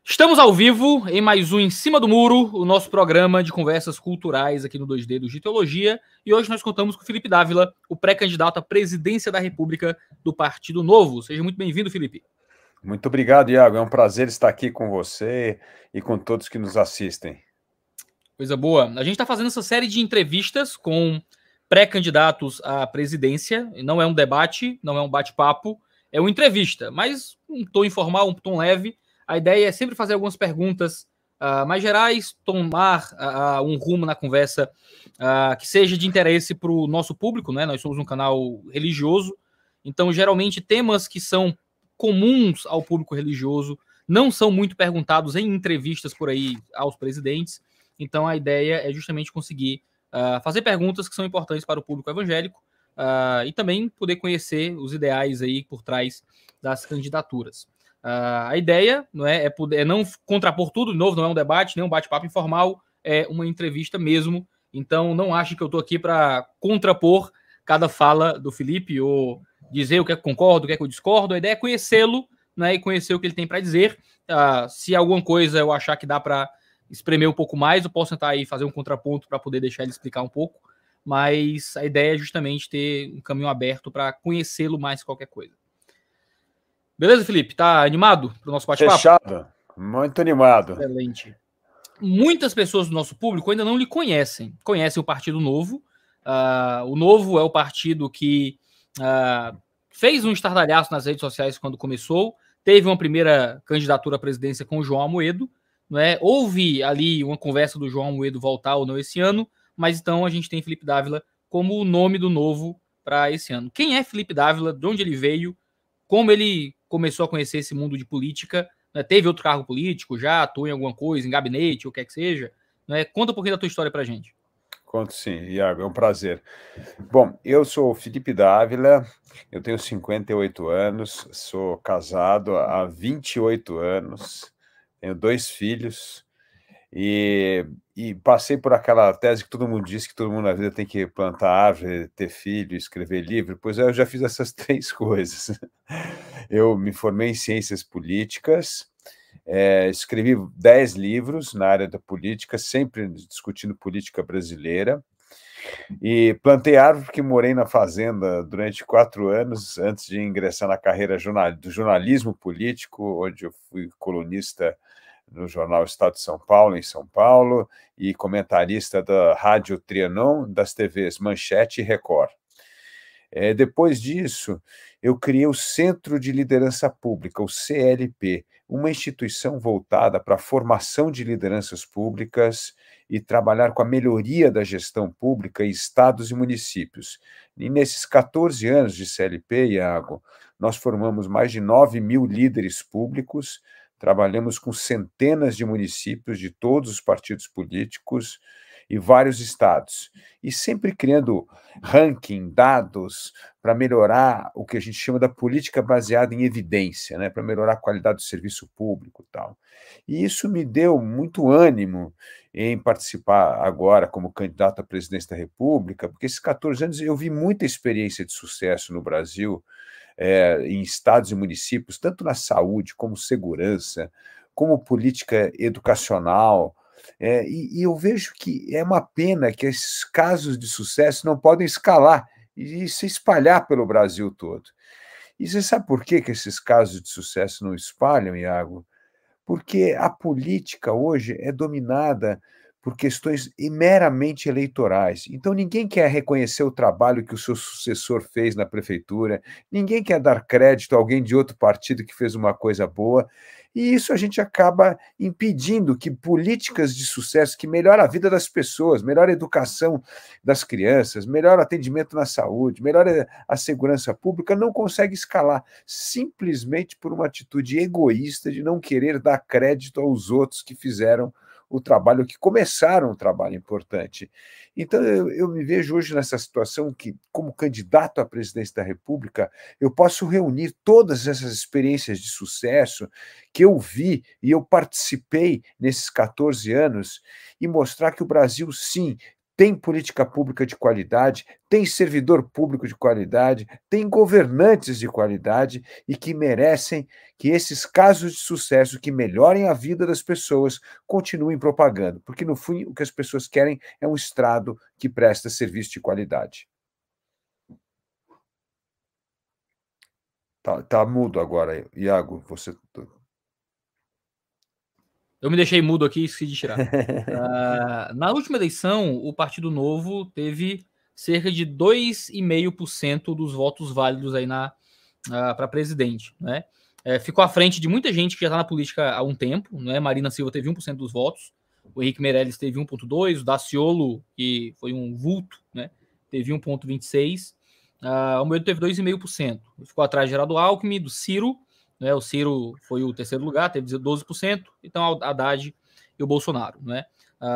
Estamos ao vivo em mais um Em Cima do Muro, o nosso programa de conversas culturais aqui no 2D do Teologia. E hoje nós contamos com o Felipe Dávila, o pré-candidato à presidência da República do Partido Novo. Seja muito bem-vindo, Felipe. Muito obrigado, Iago. É um prazer estar aqui com você e com todos que nos assistem. Coisa boa. A gente está fazendo essa série de entrevistas com pré-candidatos à presidência. Não é um debate, não é um bate-papo, é uma entrevista, mas um tom informal, um tom leve. A ideia é sempre fazer algumas perguntas mais gerais, tomar um rumo na conversa que seja de interesse para o nosso público, né? Nós somos um canal religioso, então geralmente temas que são comuns ao público religioso não são muito perguntados em entrevistas por aí aos presidentes. Então a ideia é justamente conseguir fazer perguntas que são importantes para o público evangélico e também poder conhecer os ideais aí por trás das candidaturas. A ideia é não contrapor tudo, de novo, não é um debate, nem um bate-papo informal, é uma entrevista mesmo. Então não ache que eu estou aqui para contrapor cada fala do Felipe ou dizer o que é que concordo, o que é que eu discordo. A ideia é conhecê-lo, né, e conhecer o que ele tem para dizer. Se alguma coisa eu achar que dá para espremer um pouco mais, eu posso tentar aí fazer um contraponto para poder deixar ele explicar um pouco, mas a ideia é justamente ter um caminho aberto para conhecê-lo mais que qualquer coisa. Beleza, Felipe? Tá animado para o nosso bate-papo? Fechado. Muito animado. Excelente. Muitas pessoas do nosso público ainda não lhe conhecem. Conhecem o Partido Novo. O Novo é o partido que fez um estardalhaço nas redes sociais quando começou. Teve uma primeira candidatura à presidência com o João Amoedo. Né? Houve ali uma conversa do João Amoedo voltar ou não esse ano, mas então a gente tem Felipe Dávila como o nome do Novo para esse ano. Quem é Felipe Dávila? De onde ele veio? Como ele começou a conhecer esse mundo de política? Né? Teve outro cargo político? Já atuou em alguma coisa, em gabinete, ou o que é que seja? Né? Conta um pouquinho da tua história para a gente. Conto sim, Iago, é um prazer. Bom, eu sou o Felipe Dávila, eu tenho 58 anos, sou casado há 28 anos, tenho 2 filhos e passei por aquela tese que todo mundo diz que todo mundo na vida tem que plantar árvore, ter filho, escrever livro. Pois eu já fiz essas 3 coisas. Eu me formei em ciências políticas, escrevi 10 livros na área da política, sempre discutindo política brasileira, e plantei árvore porque morei na fazenda durante 4 anos, antes de ingressar na carreira do jornalismo político, onde eu fui colunista no jornal Estado de São Paulo, em São Paulo, e comentarista da Rádio Trianon, das TVs Manchete e Record. Depois disso, eu criei o Centro de Liderança Pública, o CLP, uma instituição voltada para a formação de lideranças públicas e trabalhar com a melhoria da gestão pública em estados e municípios. E nesses 14 anos de CLP, Iago, nós formamos mais de 9.000 líderes públicos, trabalhamos com centenas de municípios de todos os partidos políticos e vários estados, e sempre criando ranking, dados, para melhorar o que a gente chama da política baseada em evidência, né, para melhorar a qualidade do serviço público e tal. E isso me deu muito ânimo em participar agora como candidato à presidência da República, porque esses 14 anos eu vi muita experiência de sucesso no Brasil, em estados e municípios, tanto na saúde, como segurança, como política educacional, e eu vejo que é uma pena que esses casos de sucesso não podem escalar e se espalhar pelo Brasil todo. E você sabe por que esses casos de sucesso não espalham, Iago? Porque a política hoje é dominada por questões meramente eleitorais. Então, ninguém quer reconhecer o trabalho que o seu sucessor fez na prefeitura, ninguém quer dar crédito a alguém de outro partido que fez uma coisa boa, e isso a gente acaba impedindo que políticas de sucesso que melhoram a vida das pessoas, melhora a educação das crianças, melhora o atendimento na saúde, melhora a segurança pública, não consegue escalar, simplesmente por uma atitude egoísta de não querer dar crédito aos outros que fizeram o trabalho, que começaram um trabalho importante. Então, eu me vejo hoje nessa situação que, como candidato à presidência da República, eu posso reunir todas essas experiências de sucesso que eu vi e eu participei nesses 14 anos e mostrar que o Brasil, sim, tem política pública de qualidade, tem servidor público de qualidade, tem governantes de qualidade e que merecem que esses casos de sucesso que melhorem a vida das pessoas continuem propagando, porque no fim o que as pessoas querem é um Estado que presta serviço de qualidade. Tá mudo agora, Iago, você... Eu me deixei mudo aqui e esqueci de tirar. Na última eleição, o Partido Novo teve cerca de 2,5% dos votos válidos aí para presidente, né? Ficou à frente de muita gente que já está na política há um tempo, né? Marina Silva teve 1% dos votos, o Henrique Meirelles teve 1,2%, o Daciolo, que foi um vulto, né? Teve 1,26%, o Moedo teve 2,5%. Ficou atrás de Geraldo Alckmin, do Ciro, né? O Ciro foi o terceiro lugar, teve 12%, então Haddad e o Bolsonaro, né?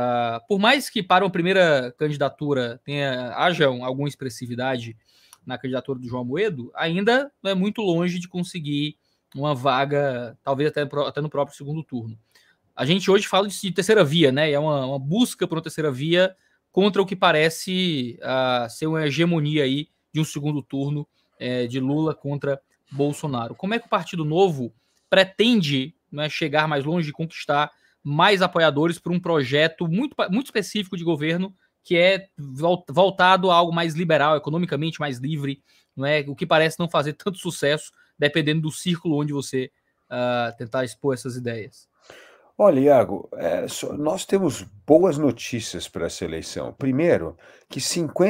Por mais que para uma primeira candidatura haja alguma expressividade na candidatura do João Amoedo, ainda é muito longe de conseguir uma vaga, talvez até no próprio segundo turno. A gente hoje fala de terceira via, né? É uma busca por uma terceira via contra o que parece ser uma hegemonia aí de um segundo turno de Lula contra Bolsonaro. Como é que o Partido Novo pretende, né, chegar mais longe e conquistar mais apoiadores por um projeto muito, muito específico de governo que é voltado a algo mais liberal, economicamente mais livre, não é? O que parece não fazer tanto sucesso, dependendo do círculo onde você tentar expor essas ideias. Olha, Iago, nós temos boas notícias para essa eleição. Primeiro, que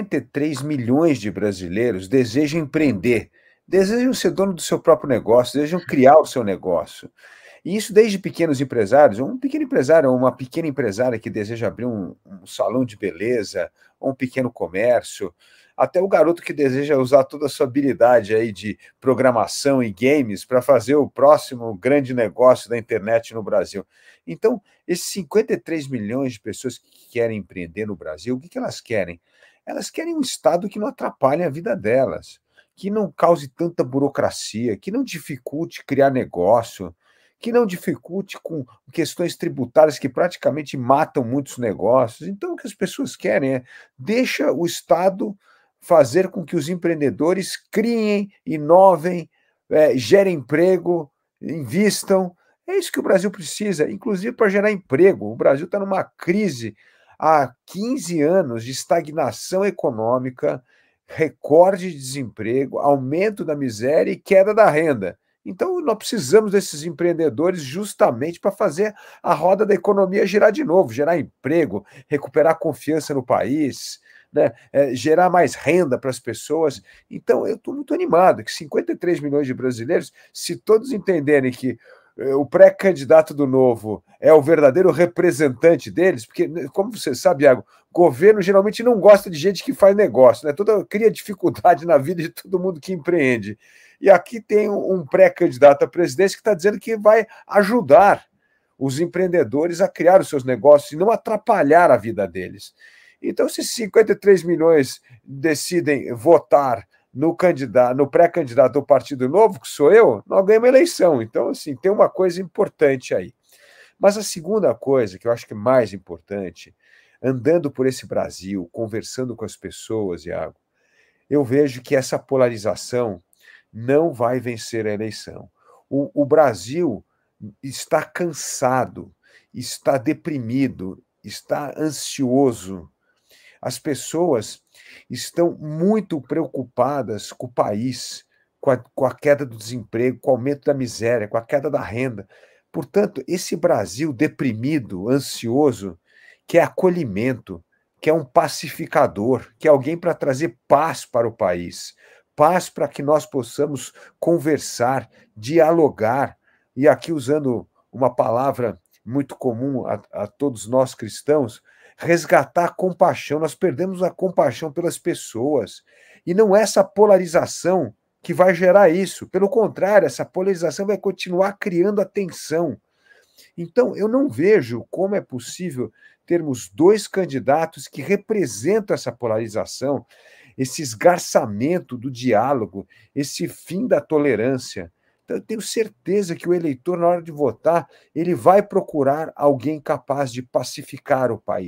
53 milhões de brasileiros desejam empreender, desejam ser dono do seu próprio negócio, desejam criar o seu negócio. E isso desde pequenos empresários, um pequeno empresário ou uma pequena empresária que deseja abrir um salão de beleza, ou um pequeno comércio, até o garoto que deseja usar toda a sua habilidade aí de programação e games para fazer o próximo grande negócio da internet no Brasil. Então, esses 53 milhões de pessoas que querem empreender no Brasil, o que elas querem? Elas querem um Estado que não atrapalhe a vida delas, que não cause tanta burocracia, que não dificulte criar negócio, que não dificulte com questões tributárias que praticamente matam muitos negócios. Então, o que as pessoas querem é deixa o Estado fazer com que os empreendedores criem, inovem, gerem emprego, invistam. É isso que o Brasil precisa, inclusive para gerar emprego. O Brasil está numa crise há 15 anos de estagnação econômica, recorde de desemprego, aumento da miséria e queda da renda. Então, nós precisamos desses empreendedores justamente para fazer a roda da economia girar de novo, gerar emprego, recuperar confiança no país, né? Gerar mais renda para as pessoas. Então, eu estou muito animado que 53 milhões de brasileiros, se todos entenderem que o pré-candidato do Novo é o verdadeiro representante deles, porque, como você sabe, Iago, governo geralmente não gosta de gente que faz negócio, né? Cria dificuldade na vida de todo mundo que empreende. E aqui tem um pré-candidato à presidência que está dizendo que vai ajudar os empreendedores a criar os seus negócios e não atrapalhar a vida deles. Então, se 53 milhões decidem votar no pré-candidato do Partido Novo, que sou eu, nós ganhamos a eleição. Então, assim, tem uma coisa importante aí. Mas a segunda coisa, que eu acho que é mais importante, andando por esse Brasil, conversando com as pessoas, Iago, eu vejo que essa polarização não vai vencer a eleição. O Brasil está cansado, está deprimido, está ansioso. As pessoas estão muito preocupadas com o país, com a queda do desemprego, com o aumento da miséria, com a queda da renda. Portanto, esse Brasil deprimido, ansioso, quer acolhimento, quer um pacificador, quer alguém para trazer paz para o país, paz para que nós possamos conversar, dialogar, e aqui usando uma palavra muito comum a todos nós cristãos, resgatar a compaixão. Nós perdemos a compaixão pelas pessoas. E não é essa polarização que vai gerar isso. Pelo contrário, essa polarização vai continuar criando a tensão. Então, eu não vejo como é possível termos dois candidatos que representam essa polarização, esse esgarçamento do diálogo, esse fim da tolerância. Então, eu tenho certeza que o eleitor, na hora de votar, ele vai procurar alguém capaz de pacificar o país,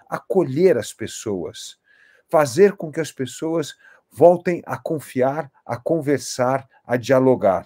acolher as pessoas, fazer com que as pessoas voltem a confiar, a conversar, a dialogar.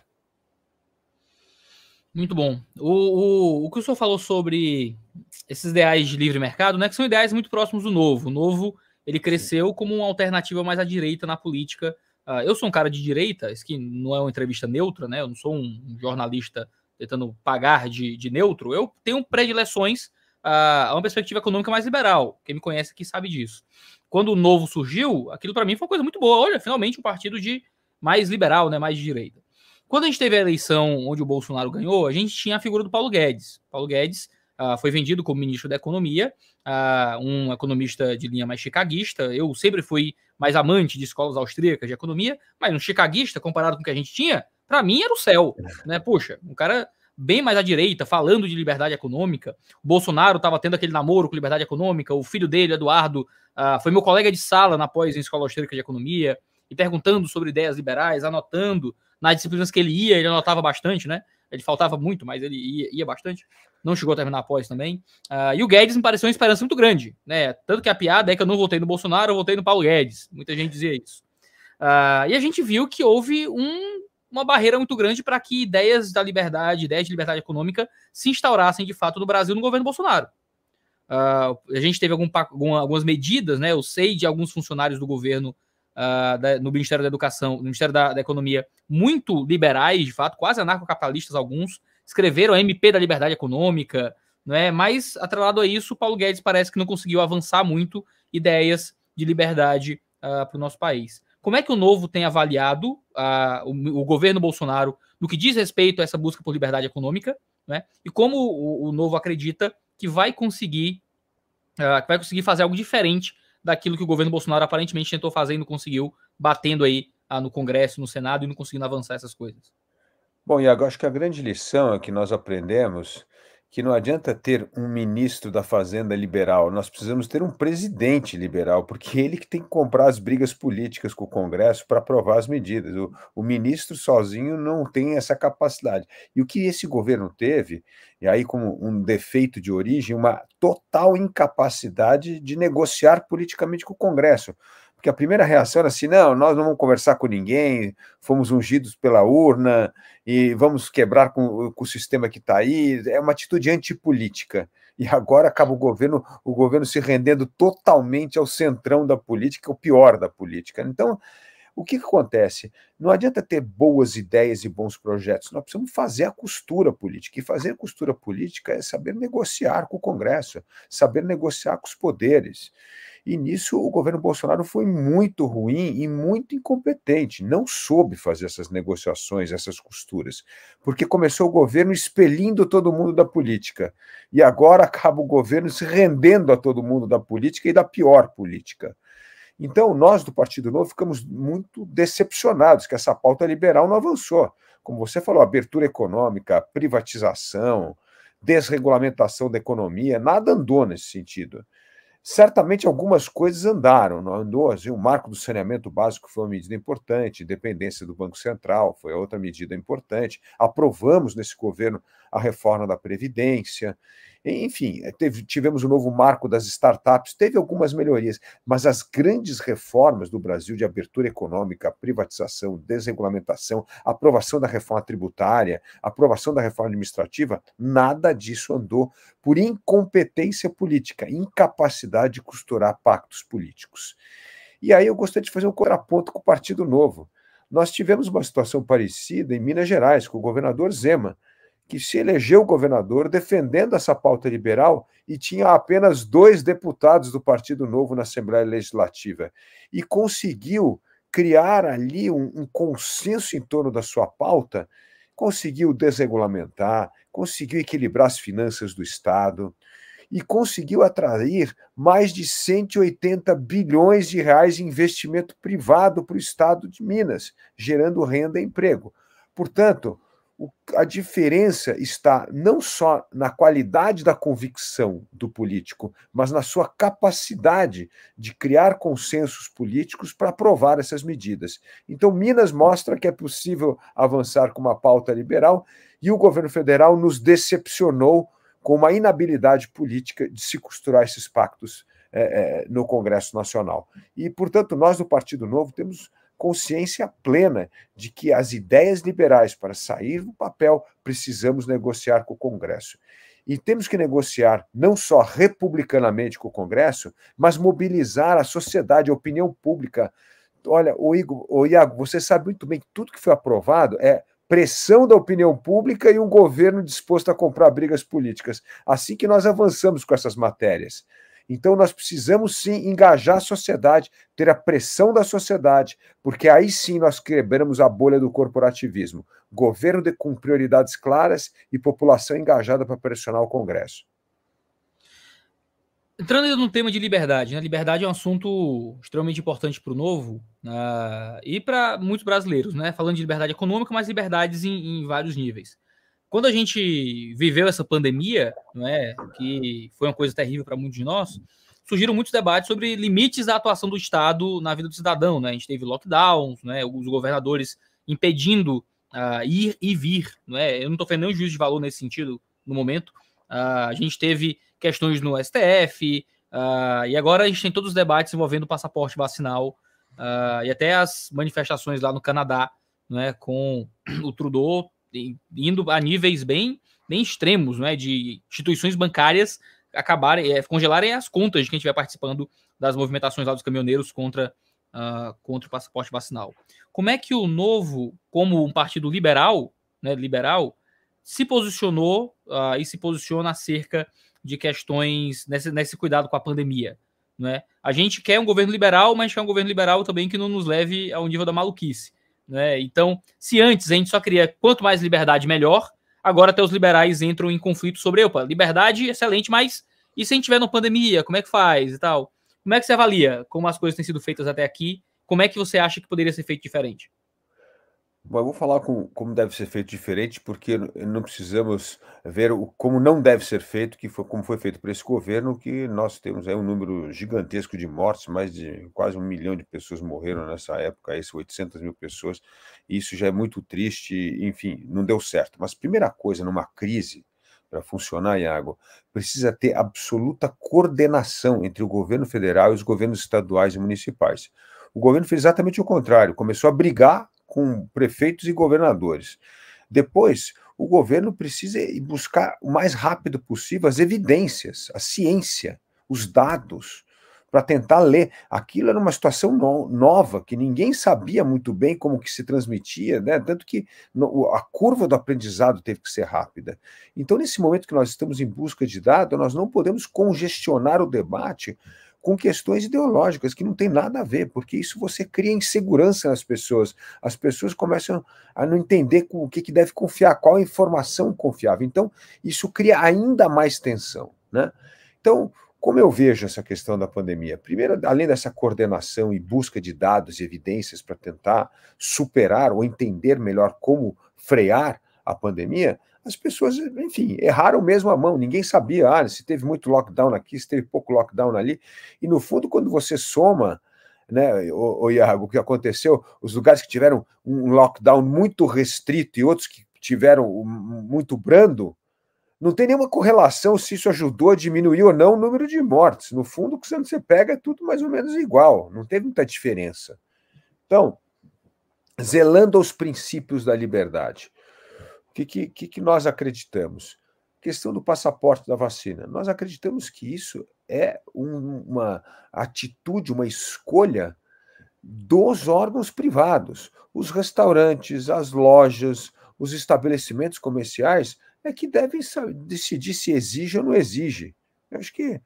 Muito bom. O que o senhor falou sobre esses ideais de livre mercado, né, que são ideais muito próximos do Novo. O Novo, ele cresceu como uma alternativa mais à direita na política. Eu sou um cara de direita, isso que não é uma entrevista neutra, né? Eu não sou um jornalista tentando pagar de neutro. Eu tenho predileções a uma perspectiva econômica mais liberal. Quem me conhece aqui sabe disso. Quando o Novo surgiu, aquilo para mim foi uma coisa muito boa. Olha, finalmente um partido mais liberal, né, mais de direita. Quando a gente teve a eleição onde o Bolsonaro ganhou, a gente tinha a figura do Paulo Guedes. Paulo Guedes foi vendido como ministro da Economia, um economista de linha mais chicaguista. Eu sempre fui mais amante de escolas austríacas de economia, mas um chicaguista, comparado com o que a gente tinha, para mim era o céu. Né? Poxa, um cara bem mais à direita, falando de liberdade econômica. O Bolsonaro estava tendo aquele namoro com liberdade econômica. O filho dele, Eduardo, foi meu colega de sala na pós em escola austríaca de economia, e perguntando sobre ideias liberais, anotando. Nas disciplinas que ele ia, ele anotava bastante, né? Ele faltava muito, mas ele ia bastante. Não chegou a terminar após também. E o Guedes me pareceu uma esperança muito grande, né? Tanto que a piada é que eu não votei no Bolsonaro, eu votei no Paulo Guedes. Muita gente dizia isso. E a gente viu que houve uma barreira muito grande para que ideias de liberdade econômica se instaurassem de fato no Brasil no governo Bolsonaro. A gente teve algumas medidas, né? Eu sei de alguns funcionários do governo no Ministério da Educação, no Ministério da Economia, muito liberais, de fato, quase anarcocapitalistas alguns, escreveram a MP da liberdade econômica, né? Mas, atrelado a isso, o Paulo Guedes parece que não conseguiu avançar muito ideias de liberdade para o nosso país. Como é que o Novo tem avaliado o governo Bolsonaro no que diz respeito a essa busca por liberdade econômica, né? E como o Novo acredita que vai conseguir fazer algo diferente daquilo que o governo Bolsonaro aparentemente tentou fazer e não conseguiu, batendo aí no Congresso, no Senado e não conseguindo avançar essas coisas. Bom, Iago, acho que a grande lição é que nós aprendemos que não adianta ter um ministro da Fazenda liberal, nós precisamos ter um presidente liberal, porque ele que tem que comprar as brigas políticas com o Congresso para aprovar as medidas. O ministro sozinho não tem essa capacidade. E o que esse governo teve, e aí como um defeito de origem, uma total incapacidade de negociar politicamente com o Congresso. Porque a primeira reação era assim, não, nós não vamos conversar com ninguém, fomos ungidos pela urna e vamos quebrar com o sistema que está aí. É uma atitude antipolítica. E agora acaba o governo se rendendo totalmente ao centrão da política, o pior da política. Então, o que acontece? Não adianta ter boas ideias e bons projetos, nós precisamos fazer a costura política. E fazer costura política é saber negociar com o Congresso, saber negociar com os poderes. E nisso o governo Bolsonaro foi muito ruim e muito incompetente, não soube fazer essas negociações, essas costuras, porque começou o governo expelindo todo mundo da política, e agora acaba o governo se rendendo a todo mundo da política e da pior política. Então, nós do Partido Novo ficamos muito decepcionados que essa pauta liberal não avançou. Como você falou, abertura econômica, privatização, desregulamentação da economia, nada andou nesse sentido. Certamente algumas coisas andaram, não andou? Assim, o marco do saneamento básico foi uma medida importante, independência do Banco Central foi outra medida importante, aprovamos nesse governo a reforma da Previdência, enfim, tivemos o novo marco das startups, teve algumas melhorias, mas as grandes reformas do Brasil de abertura econômica, privatização, desregulamentação, aprovação da reforma tributária, aprovação da reforma administrativa, nada disso andou por incompetência política, incapacidade de costurar pactos políticos. E aí eu gostaria de fazer um contraponto com o Partido Novo. Nós tivemos uma situação parecida em Minas Gerais, com o governador Zema, que se elegeu governador defendendo essa pauta liberal e tinha apenas 2 deputados do Partido Novo na Assembleia Legislativa. E conseguiu criar ali um consenso em torno da sua pauta, conseguiu desregulamentar, conseguiu equilibrar as finanças do Estado e conseguiu atrair mais de 180 bilhões de reais de investimento privado para o Estado de Minas, gerando renda e emprego. Portanto, a diferença está não só na qualidade da convicção do político, mas na sua capacidade de criar consensos políticos para aprovar essas medidas. Então, Minas mostra que é possível avançar com uma pauta liberal e o governo federal nos decepcionou com uma inabilidade política de se costurar esses pactos no Congresso Nacional. E, portanto, nós do Partido Novo temos consciência plena de que as ideias liberais, para sair do papel, precisamos negociar com o Congresso. E temos que negociar não só republicanamente com o Congresso, mas mobilizar a sociedade, a opinião pública. Olha, Iago, você sabe muito bem que tudo que foi aprovado é pressão da opinião pública e um governo disposto a comprar brigas políticas. Assim que nós avançamos com essas matérias. Então, nós precisamos, sim, engajar a sociedade, ter a pressão da sociedade, porque aí sim nós quebramos a bolha do corporativismo. Governo com prioridades claras e população engajada para pressionar o Congresso. Entrando no tema de liberdade, né? Liberdade é um assunto extremamente importante para o Novo e para muitos brasileiros, né? Falando de liberdade econômica, mas liberdades em vários níveis. Quando a gente viveu essa pandemia, não é, que foi uma coisa terrível para muitos de nós, surgiram muitos debates sobre limites da atuação do Estado na vida do cidadão, né? A gente teve lockdowns, né? Os governadores impedindo ir e vir, não é? Eu não estou fazendo nenhum juízo de valor nesse sentido no momento. A gente teve questões no STF, e agora a gente tem todos os debates envolvendo o passaporte vacinal e até as manifestações lá no Canadá, né, com o Trudeau indo a níveis bem extremos, né, de instituições bancárias congelarem as contas de quem estiver participando das movimentações lá dos caminhoneiros contra o passaporte vacinal. Como é que o Novo, como um partido liberal, né, se posicionou e se posiciona acerca de questões nesse cuidado com a pandemia, né? A gente quer um governo liberal, mas quer um governo liberal também que não nos leve ao nível da maluquice, né? Então, se antes a gente só queria quanto mais liberdade, melhor, agora até os liberais entram em conflito sobre, liberdade, excelente, mas e se a gente tiver uma pandemia, como é que faz e tal? Como é que você avalia como as coisas têm sido feitas até aqui? Como é que você acha que poderia ser feito diferente? Bom, eu vou falar como deve ser feito diferente, porque não precisamos ver como não deve ser feito, como foi feito por esse governo, que nós temos aí um número gigantesco de mortes, mais de quase 1 milhão de pessoas morreram nessa época, 800 mil pessoas, e isso já é muito triste, enfim, não deu certo. Mas primeira coisa, numa crise, para funcionar, Iago, precisa ter absoluta coordenação entre o governo federal e os governos estaduais e municipais. O governo fez exatamente o contrário, começou a brigar com prefeitos e governadores. Depois, o governo precisa ir buscar o mais rápido possível as evidências, a ciência, os dados, para tentar ler. Aquilo era uma situação nova, que ninguém sabia muito bem como que se transmitia, né? Tanto que a curva do aprendizado teve que ser rápida. Então, nesse momento que nós estamos em busca de dados, nós não podemos congestionar o debate com questões ideológicas que não tem nada a ver, porque isso você cria insegurança nas pessoas. As pessoas começam a não entender com o que deve confiar, qual a informação confiável. Então, isso cria ainda mais tensão, né? Então, como eu vejo essa questão da pandemia? Primeiro, além dessa coordenação e busca de dados e evidências para tentar superar ou entender melhor como frear a pandemia, as pessoas, enfim, erraram mesmo a mão. Ninguém sabia, se teve muito lockdown aqui, se teve pouco lockdown ali. E, no fundo, quando você soma, né, Iago, o que aconteceu, os lugares que tiveram um lockdown muito restrito e outros que tiveram muito brando, não tem nenhuma correlação se isso ajudou a diminuir ou não o número de mortes. No fundo, quando você pega, é tudo mais ou menos igual, não teve muita diferença. Então, zelando aos princípios da liberdade, o que nós acreditamos? Questão do passaporte da vacina. Nós acreditamos que isso é uma atitude, uma escolha dos órgãos privados. Os restaurantes, as lojas, os estabelecimentos comerciais é que devem decidir se exige ou não exige. Eu acho que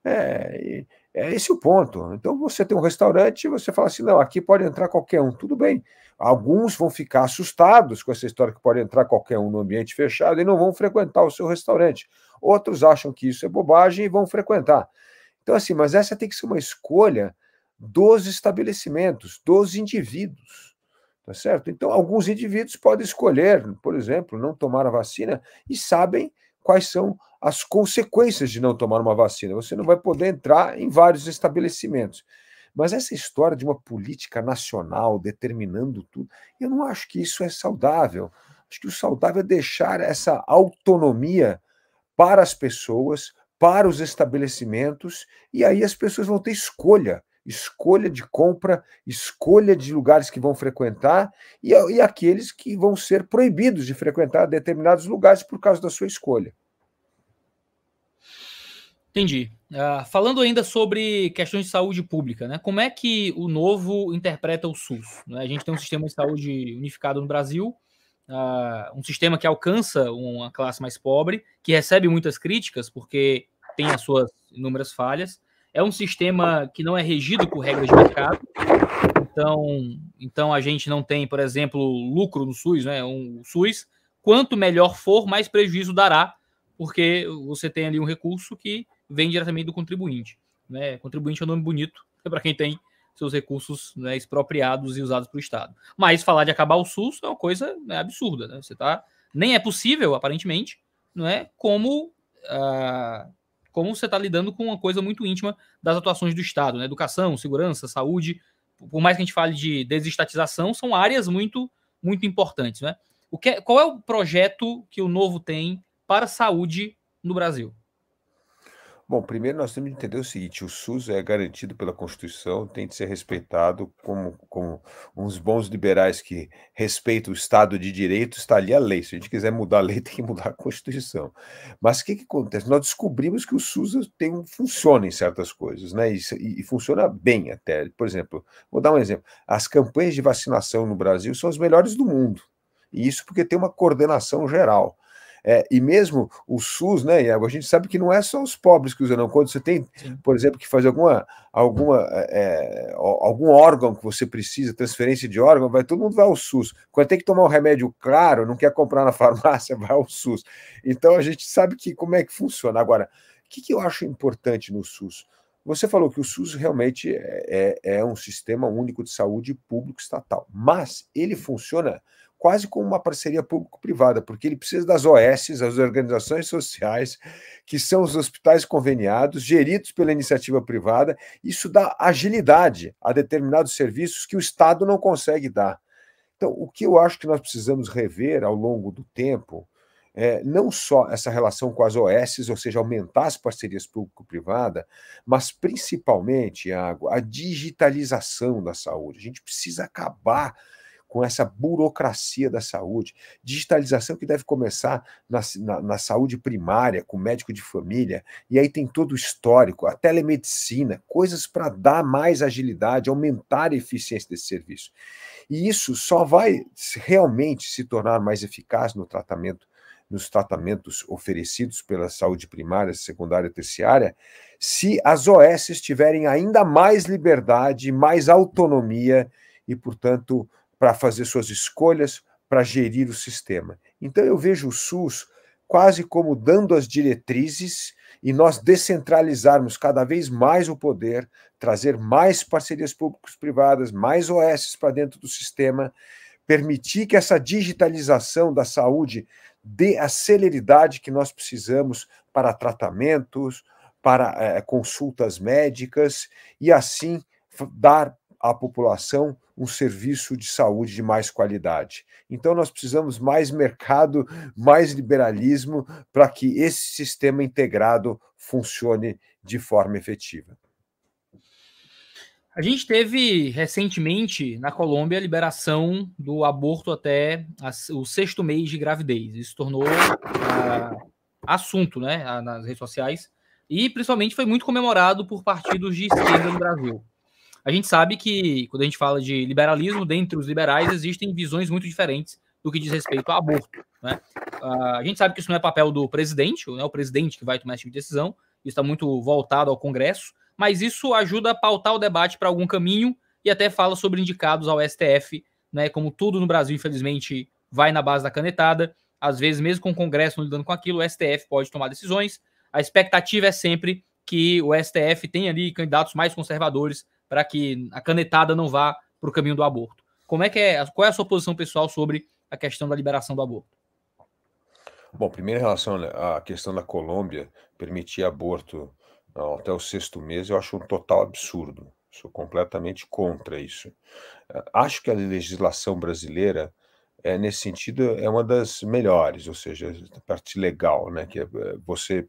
é esse o ponto. Então, você tem um restaurante e você fala assim, não, aqui pode entrar qualquer um. Tudo bem. Alguns vão ficar assustados com essa história que pode entrar qualquer um no ambiente fechado e não vão frequentar o seu restaurante. Outros acham que isso é bobagem e vão frequentar. Então, assim, mas essa tem que ser uma escolha dos estabelecimentos, dos indivíduos, tá certo? Então, alguns indivíduos podem escolher, por exemplo, não tomar a vacina e sabem quais são as consequências de não tomar uma vacina. Você não vai poder entrar em vários estabelecimentos. Mas essa história de uma política nacional determinando tudo, eu não acho que isso é saudável. Acho que o saudável é deixar essa autonomia para as pessoas, para os estabelecimentos, e aí as pessoas vão ter escolha de compra, escolha de lugares que vão frequentar e aqueles que vão ser proibidos de frequentar determinados lugares por causa da sua escolha. Entendi. Falando ainda sobre questões de saúde pública, né? Como é que o Novo interpreta o SUS? Né? A gente tem um sistema de saúde unificado no Brasil, um sistema que alcança uma classe mais pobre, que recebe muitas críticas porque tem as suas inúmeras falhas. É um sistema que não é regido por regras de mercado. Então a gente não tem, por exemplo, lucro no SUS, né? O SUS, quanto melhor for, mais prejuízo dará, porque você tem ali um recurso que vem diretamente do contribuinte. Né? Contribuinte é um nome bonito, é para quem tem seus recursos, né, expropriados e usados para o Estado. Mas falar de acabar o SUS é uma coisa, né, absurda. Né? Nem é possível, aparentemente, não é como você está lidando com uma coisa muito íntima das atuações do Estado. Né? Educação, segurança, saúde. Por mais que a gente fale de desestatização, são áreas muito, muito importantes. Né? Qual é o projeto que o Novo tem para a saúde no Brasil? Bom, primeiro nós temos que entender o seguinte: o SUS é garantido pela Constituição, tem de ser respeitado como uns bons liberais que respeitam o Estado de Direito, está ali a lei. Se a gente quiser mudar a lei, tem que mudar a Constituição. Mas o que acontece? Nós descobrimos que o SUS funciona em certas coisas, né? E funciona bem até. Por exemplo, vou dar um exemplo: as campanhas de vacinação no Brasil são as melhores do mundo. E isso porque tem uma coordenação geral. E mesmo o SUS, né, Iago, a gente sabe que não é só os pobres que usam, não. Quando você tem, sim, por exemplo, que fazer algum órgão que você precisa, transferência de órgão, todo mundo vai ao SUS. Quando tem que tomar um remédio caro, não quer comprar na farmácia, vai ao SUS. Então a gente sabe como é que funciona. Agora, o que eu acho importante no SUS? Você falou que o SUS realmente é um sistema único de saúde público estatal, mas ele funciona quase como uma parceria público-privada, porque ele precisa das OS, as organizações sociais, que são os hospitais conveniados, geridos pela iniciativa privada. Isso dá agilidade a determinados serviços que o Estado não consegue dar. Então, o que eu acho que nós precisamos rever ao longo do tempo não só essa relação com as OS, ou seja, aumentar as parcerias público-privada, mas principalmente, Iago, a digitalização da saúde. A gente precisa acabar com essa burocracia da saúde, digitalização que deve começar na saúde primária, com médico de família, e aí tem todo o histórico, a telemedicina, coisas para dar mais agilidade, aumentar a eficiência desse serviço. E isso só vai realmente se tornar mais eficaz nos tratamentos oferecidos pela saúde primária, secundária e terciária, se as OS tiverem ainda mais liberdade, mais autonomia e, portanto, para fazer suas escolhas, para gerir o sistema. Então eu vejo o SUS quase como dando as diretrizes e nós descentralizarmos cada vez mais o poder, trazer mais parcerias públicas-privadas, mais OS para dentro do sistema, permitir que essa digitalização da saúde dê a celeridade que nós precisamos para tratamentos, para consultas médicas e assim dar à população um serviço de saúde de mais qualidade. Então, nós precisamos mais mercado, mais liberalismo, para que esse sistema integrado funcione de forma efetiva. A gente teve recentemente na Colômbia a liberação do aborto até o 6º mês de gravidez. Isso tornou assunto, né, nas redes sociais e principalmente foi muito comemorado por partidos de esquerda no Brasil. A gente sabe que, quando a gente fala de liberalismo, dentre os liberais existem visões muito diferentes do que diz respeito ao aborto. Né? A gente sabe que isso não é papel do presidente, não é o presidente que vai tomar esse tipo de decisão, isso está muito voltado ao Congresso, mas isso ajuda a pautar o debate para algum caminho e até fala sobre indicados ao STF, né? Como tudo no Brasil, infelizmente, vai na base da canetada. Às vezes, mesmo com o Congresso não lidando com aquilo, o STF pode tomar decisões. A expectativa é sempre que o STF tenha ali candidatos mais conservadores para que a canetada não vá para o caminho do aborto. Qual é a sua posição pessoal sobre a questão da liberação do aborto? Bom, primeiro, em relação à questão da Colômbia, permitir aborto até o 6º mês, eu acho um total absurdo. Sou completamente contra isso. Acho que a legislação brasileira, nesse sentido, é uma das melhores, ou seja, a parte legal, né, que é você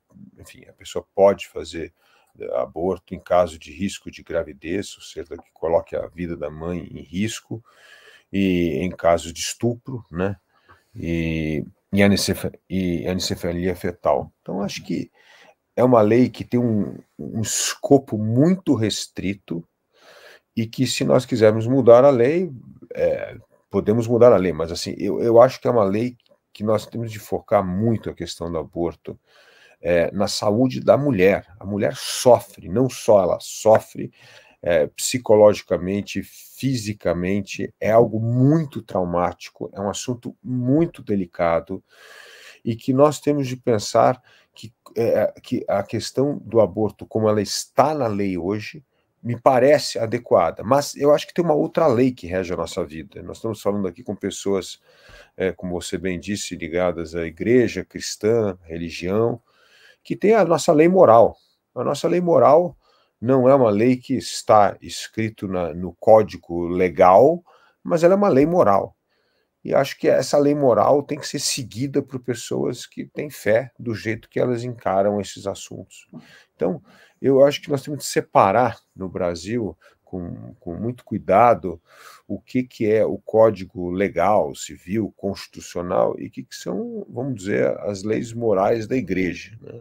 enfim, a pessoa pode fazer aborto em caso de risco de gravidez, ou seja, que coloque a vida da mãe em risco, e em caso de estupro, né? E anencefalia fetal. Então, acho que é uma lei que tem um escopo muito restrito e que, se nós quisermos mudar a lei, podemos mudar a lei, mas assim, eu acho que é uma lei que nós temos de focar muito a questão do aborto na saúde da mulher. A mulher sofre, não só ela sofre psicologicamente, fisicamente, é algo muito traumático, é um assunto muito delicado e que nós temos de pensar que a questão do aborto, como ela está na lei hoje, me parece adequada, mas eu acho que tem uma outra lei que rege a nossa vida. Nós estamos falando aqui com pessoas, como você bem disse, ligadas à igreja cristã, religião, que tem a nossa lei moral. A nossa lei moral não é uma lei que está escrito no código legal, mas ela é uma lei moral. E acho que essa lei moral tem que ser seguida por pessoas que têm fé do jeito que elas encaram esses assuntos. Então, eu acho que nós temos que separar no Brasil, com muito cuidado, o que é o código legal, civil, constitucional e o que são, vamos dizer, as leis morais da igreja, né?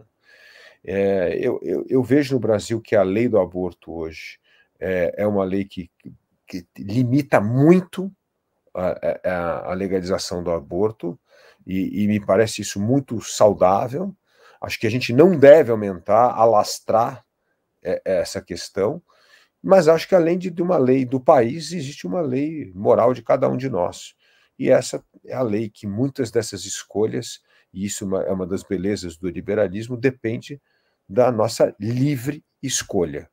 Eu vejo no Brasil que a lei do aborto hoje é uma lei que limita muito a legalização do aborto, e me parece isso muito saudável. Acho que a gente não deve aumentar, alastrar essa questão, mas acho que além de uma lei do país, existe uma lei moral de cada um de nós. E essa é a lei que muitas dessas escolhas, e isso é uma das belezas do liberalismo, depende da nossa livre escolha.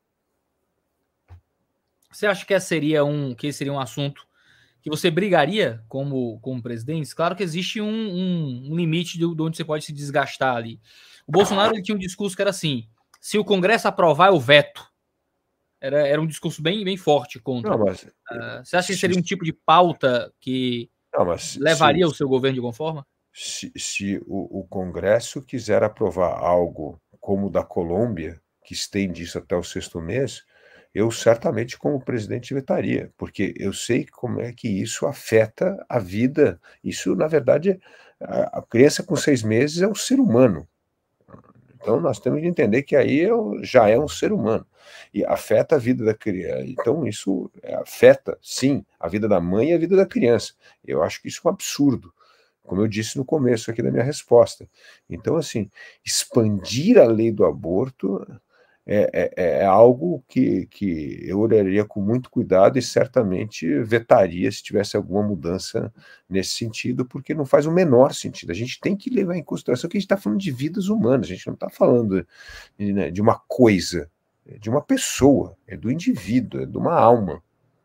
Você acha que esse seria um assunto que você brigaria como presidente? Claro que existe um limite de onde você pode se desgastar ali. O Bolsonaro ele tinha um discurso que era assim: se o Congresso aprovar, eu veto. Era um discurso bem forte contra. Não, mas, você acha que seria um tipo de pauta que levaria o seu governo de alguma forma? Se o Congresso quiser aprovar algo como o da Colômbia, que estende isso até o 6º mês, eu certamente, como presidente, vetaria, porque eu sei como é que isso afeta a vida. Isso, na verdade, a criança com 6 meses é um ser humano. Então, nós temos de entender que aí já é um ser humano e afeta a vida da criança. Então, isso afeta, sim, a vida da mãe e a vida da criança. Eu acho que isso é um absurdo, como eu disse no começo aqui da minha resposta. Então, assim, expandir a lei do aborto é algo que eu olharia com muito cuidado e certamente vetaria se tivesse alguma mudança nesse sentido, porque não faz o menor sentido. A gente tem que levar em consideração que a gente está falando de vidas humanas, a gente não está falando de uma coisa, de uma pessoa, é do indivíduo, é de uma alma.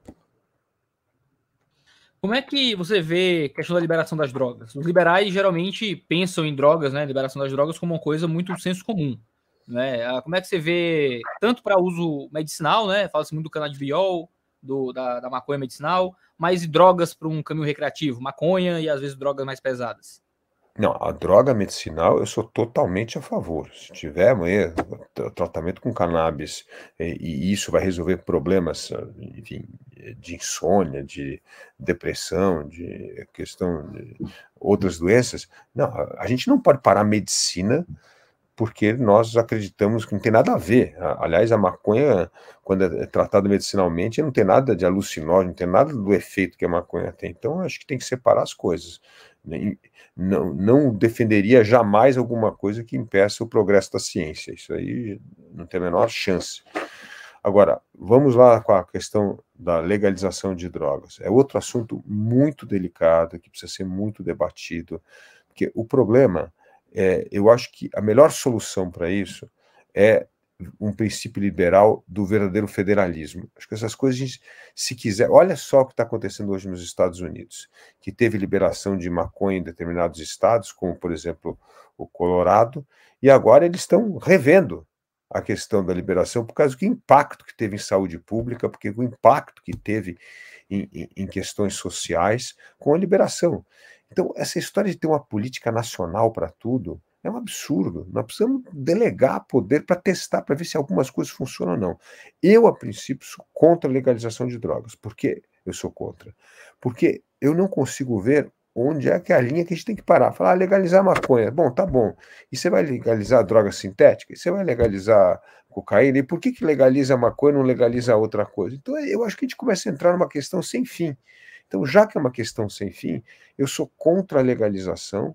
Como é que você vê a questão da liberação das drogas? Os liberais geralmente pensam em drogas, né, liberação das drogas, como uma coisa muito senso comum, né? Como é que você vê, tanto para uso medicinal, né? Fala-se muito do canabidiol, da maconha medicinal, mas drogas para um caminho recreativo, maconha e às vezes drogas mais pesadas. Não, a droga medicinal eu sou totalmente a favor. Se tiver amanhã tratamento com cannabis e isso vai resolver problemas, enfim, de insônia, de depressão, de questão de outras doenças, não, a gente não pode parar a medicina porque nós acreditamos que não tem nada a ver. Aliás, a maconha, quando é tratada medicinalmente, não tem nada de alucinógeno, não tem nada do efeito que a maconha tem. Então, acho que tem que separar as coisas. Não defenderia jamais alguma coisa que impeça o progresso da ciência. Isso aí não tem a menor chance. Agora, vamos lá com a questão da legalização de drogas. É outro assunto muito delicado, que precisa ser muito debatido, porque o problema eu acho que a melhor solução para isso é um princípio liberal do verdadeiro federalismo. Acho que essas coisas, a gente, se quiser... Olha só o que está acontecendo hoje nos Estados Unidos, que teve liberação de maconha em determinados estados, como, por exemplo, o Colorado, e agora eles estão revendo a questão da liberação por causa do impacto que teve em saúde pública, porque o impacto que teve em questões sociais com a liberação. Então, essa história de ter uma política nacional para tudo É um absurdo. Nós precisamos delegar poder para testar, para ver se algumas coisas funcionam ou não. Eu, a princípio, sou contra a legalização de drogas. Por que eu sou contra? Porque eu não consigo ver onde é que é a linha que a gente tem que parar. Falar, legalizar maconha. Bom, tá bom. E você vai legalizar droga sintética? E você vai legalizar cocaína? E por que legaliza maconha e não legaliza outra coisa? Então, eu acho que a gente começa a entrar numa questão sem fim. Então, já que é uma questão sem fim, eu sou contra a legalização,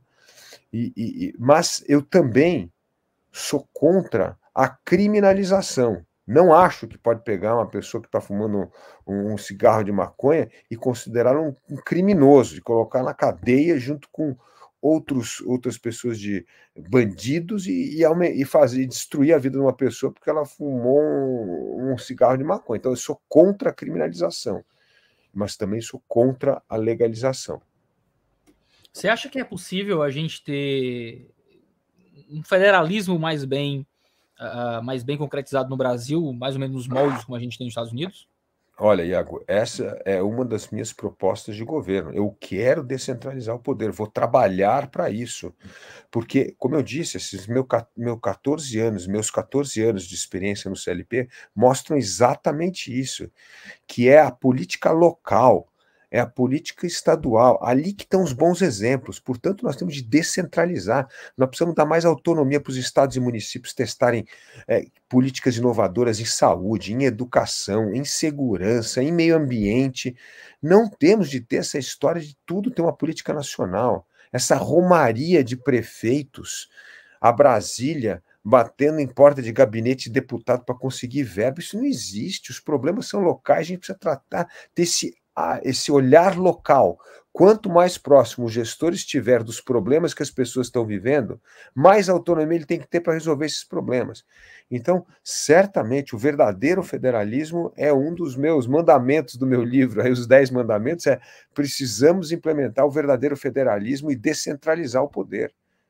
mas eu também sou contra a criminalização. Não acho que pode pegar uma pessoa que está fumando um cigarro de maconha e considerá-lo um criminoso, e colocar na cadeia junto com outras pessoas de bandidos e fazer destruir a vida de uma pessoa porque ela fumou um cigarro de maconha. Então eu sou contra a criminalização, mas também sou contra a legalização. Você acha que é possível a gente ter um federalismo mais bem concretizado no Brasil, mais ou menos nos moldes como a gente tem nos Estados Unidos? Olha, Iago, essa é uma das minhas propostas de governo. Eu quero descentralizar o poder, vou trabalhar para isso. Porque, como eu disse, esses meus 14 anos, meus 14 anos de experiência no CLP mostram exatamente isso, que é a política local, é a política estadual, ali que estão os bons exemplos. Portanto, nós temos de descentralizar, nós precisamos dar mais autonomia para os estados e municípios testarem políticas inovadoras em saúde, em educação, em segurança, em meio ambiente. Não temos de ter essa história de tudo ter uma política nacional, essa romaria de prefeitos a Brasília, batendo em porta de gabinete de deputado para conseguir verba. Isso não existe, os problemas são locais, a gente precisa tratar desse esse olhar local. Quanto mais próximo o gestor estiver dos problemas que as pessoas estão vivendo, mais autonomia ele tem que ter para resolver esses problemas. Então, certamente, o verdadeiro federalismo é um dos meus mandamentos do meu livro, aí os 10 mandamentos, precisamos implementar o verdadeiro federalismo e descentralizar o poder.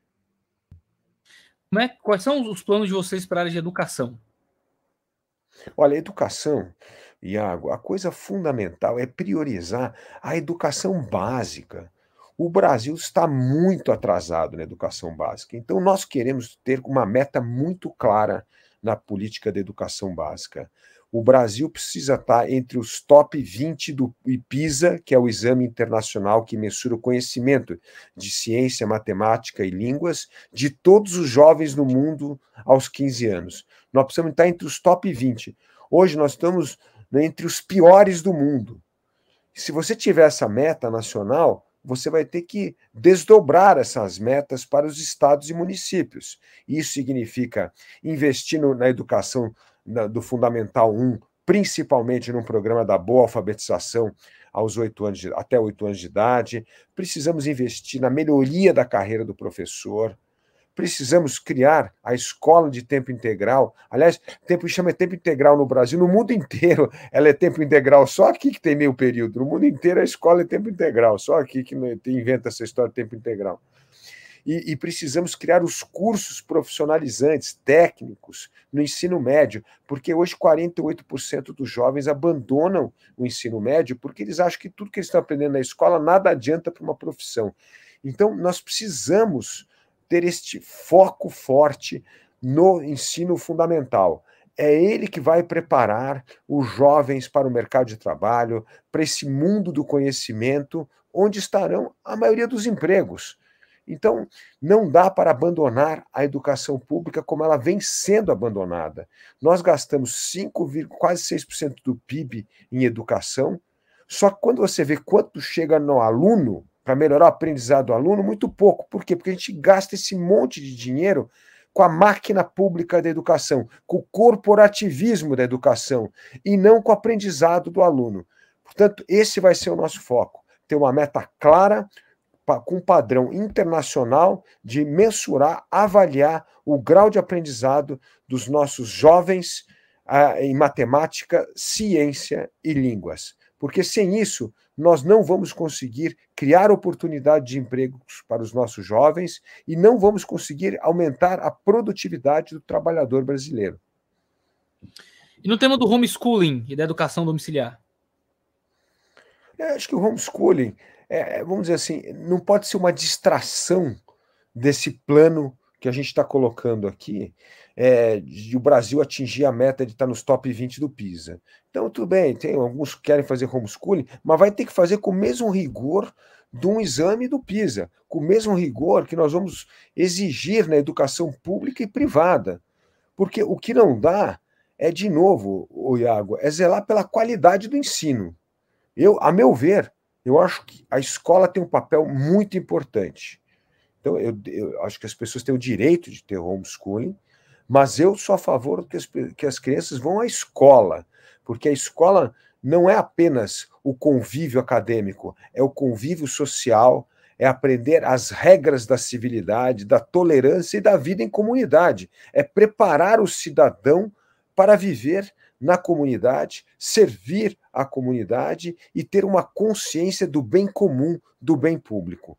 Quais são os planos de vocês para a área de educação? Olha, a educação, Iago, a coisa fundamental é priorizar a educação básica. O Brasil está muito atrasado na educação básica, então nós queremos ter uma meta muito clara na política da educação básica. O Brasil precisa estar entre os top 20 do PISA, que é o exame internacional que mensura o conhecimento de ciência, matemática e línguas de todos os jovens no mundo aos 15 anos. Nós precisamos estar entre os top 20. Hoje nós estamos entre os piores do mundo. Se você tiver essa meta nacional, você vai ter que desdobrar essas metas para os estados e municípios. Isso significa investir na educação do Fundamental 1, principalmente no programa da boa alfabetização aos 8 anos até 8 anos de idade. Precisamos investir na melhoria da carreira do professor. Precisamos criar a escola de tempo integral. Aliás, chama tempo integral no Brasil, no mundo inteiro ela é tempo integral, só aqui que tem meio período. No mundo inteiro a escola é tempo integral, só aqui que inventa essa história de tempo integral. E precisamos criar os cursos profissionalizantes, técnicos, no ensino médio, porque hoje 48% dos jovens abandonam o ensino médio porque eles acham que tudo que eles estão aprendendo na escola nada adianta para uma profissão. Então, nós precisamos ter este foco forte no ensino fundamental. É ele que vai preparar os jovens para o mercado de trabalho, para esse mundo do conhecimento, onde estarão a maioria dos empregos. Então, não dá para abandonar a educação pública como ela vem sendo abandonada. Nós gastamos quase 6% do PIB em educação, só que quando você vê quanto chega no aluno, para melhorar o aprendizado do aluno, muito pouco. Por quê? Porque a gente gasta esse monte de dinheiro com a máquina pública da educação, com o corporativismo da educação, e não com o aprendizado do aluno. Portanto, esse vai ser o nosso foco. Ter uma meta clara, com um padrão internacional de mensurar, avaliar o grau de aprendizado dos nossos jovens em matemática, ciência e línguas. Porque sem isso, nós não vamos conseguir criar oportunidade de empregos para os nossos jovens e não vamos conseguir aumentar a produtividade do trabalhador brasileiro. E no tema do homeschooling e da educação domiciliar? Eu acho que o homeschooling, vamos dizer assim, não pode ser uma distração desse plano que a gente está colocando aqui de o Brasil atingir a meta de estar nos top 20 do PISA. Então, tudo bem, tem alguns que querem fazer homeschooling, mas vai ter que fazer com o mesmo rigor de um exame do PISA, com o mesmo rigor que nós vamos exigir na educação pública e privada. Porque o que não dá de novo, Iago, é zelar pela qualidade do ensino. A meu ver, eu acho que a escola tem um papel muito importante. Então, eu acho que as pessoas têm o direito de ter homeschooling, mas eu sou a favor que as crianças vão à escola, porque a escola não é apenas o convívio acadêmico, é o convívio social, é aprender as regras da civilidade, da tolerância e da vida em comunidade. É preparar o cidadão para viver na comunidade, servir a comunidade e ter uma consciência do bem comum, do bem público.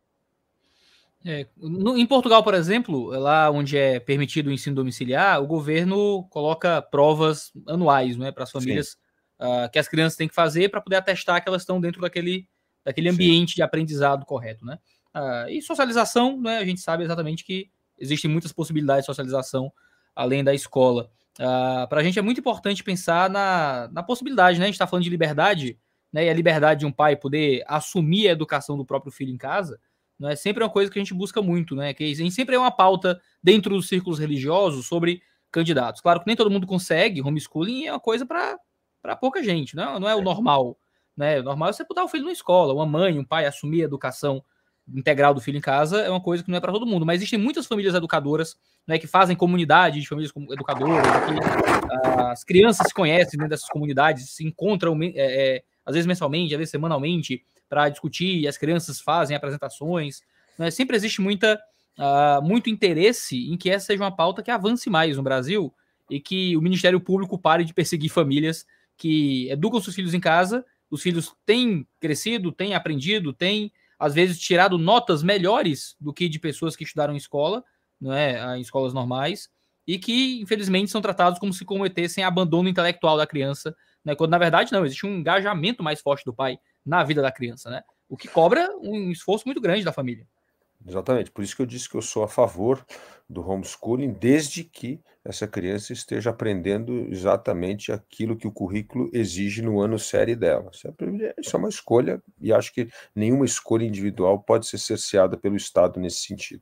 Em Portugal, por exemplo, lá onde é permitido o ensino domiciliar, o governo coloca provas anuais, né, para as famílias que as crianças têm que fazer para poder atestar que elas estão dentro daquele ambiente de aprendizado correto, né? E socialização, né, a gente sabe exatamente que existem muitas possibilidades de socialização além da escola. Para a gente é muito importante pensar na possibilidade, né? A gente está falando de liberdade, né? E a liberdade de um pai poder assumir a educação do próprio filho em casa, não é sempre uma coisa que a gente busca muito, né? Que a gente sempre é uma pauta dentro dos círculos religiosos sobre candidatos. Claro que nem todo mundo consegue, homeschooling é uma coisa para pouca gente, não é o normal, né? O normal é você botar o filho na escola, uma mãe, um pai assumir a educação integral do filho em casa é uma coisa que não é para todo mundo, mas existem muitas famílias educadoras, né, que fazem comunidade de famílias educadoras, que as crianças se conhecem dentro dessas comunidades, se encontram às vezes mensalmente, às vezes semanalmente, para discutir, e as crianças fazem apresentações, né? Sempre existe muito interesse em que essa seja uma pauta que avance mais no Brasil e que o Ministério Público pare de perseguir famílias que educam seus filhos em casa, os filhos têm crescido, têm aprendido, têm às vezes tirado notas melhores do que de pessoas que estudaram em escola, em escolas normais, e que, infelizmente, são tratados como se cometessem abandono intelectual da criança, né? Quando, na verdade, não, existe um engajamento mais forte do pai na vida da criança, né? O que cobra um esforço muito grande da família. Exatamente, por isso que eu disse que eu sou a favor do homeschooling, desde que essa criança esteja aprendendo exatamente aquilo que o currículo exige no ano série dela. Isso é uma escolha, e acho que nenhuma escolha individual pode ser cerceada pelo Estado nesse sentido.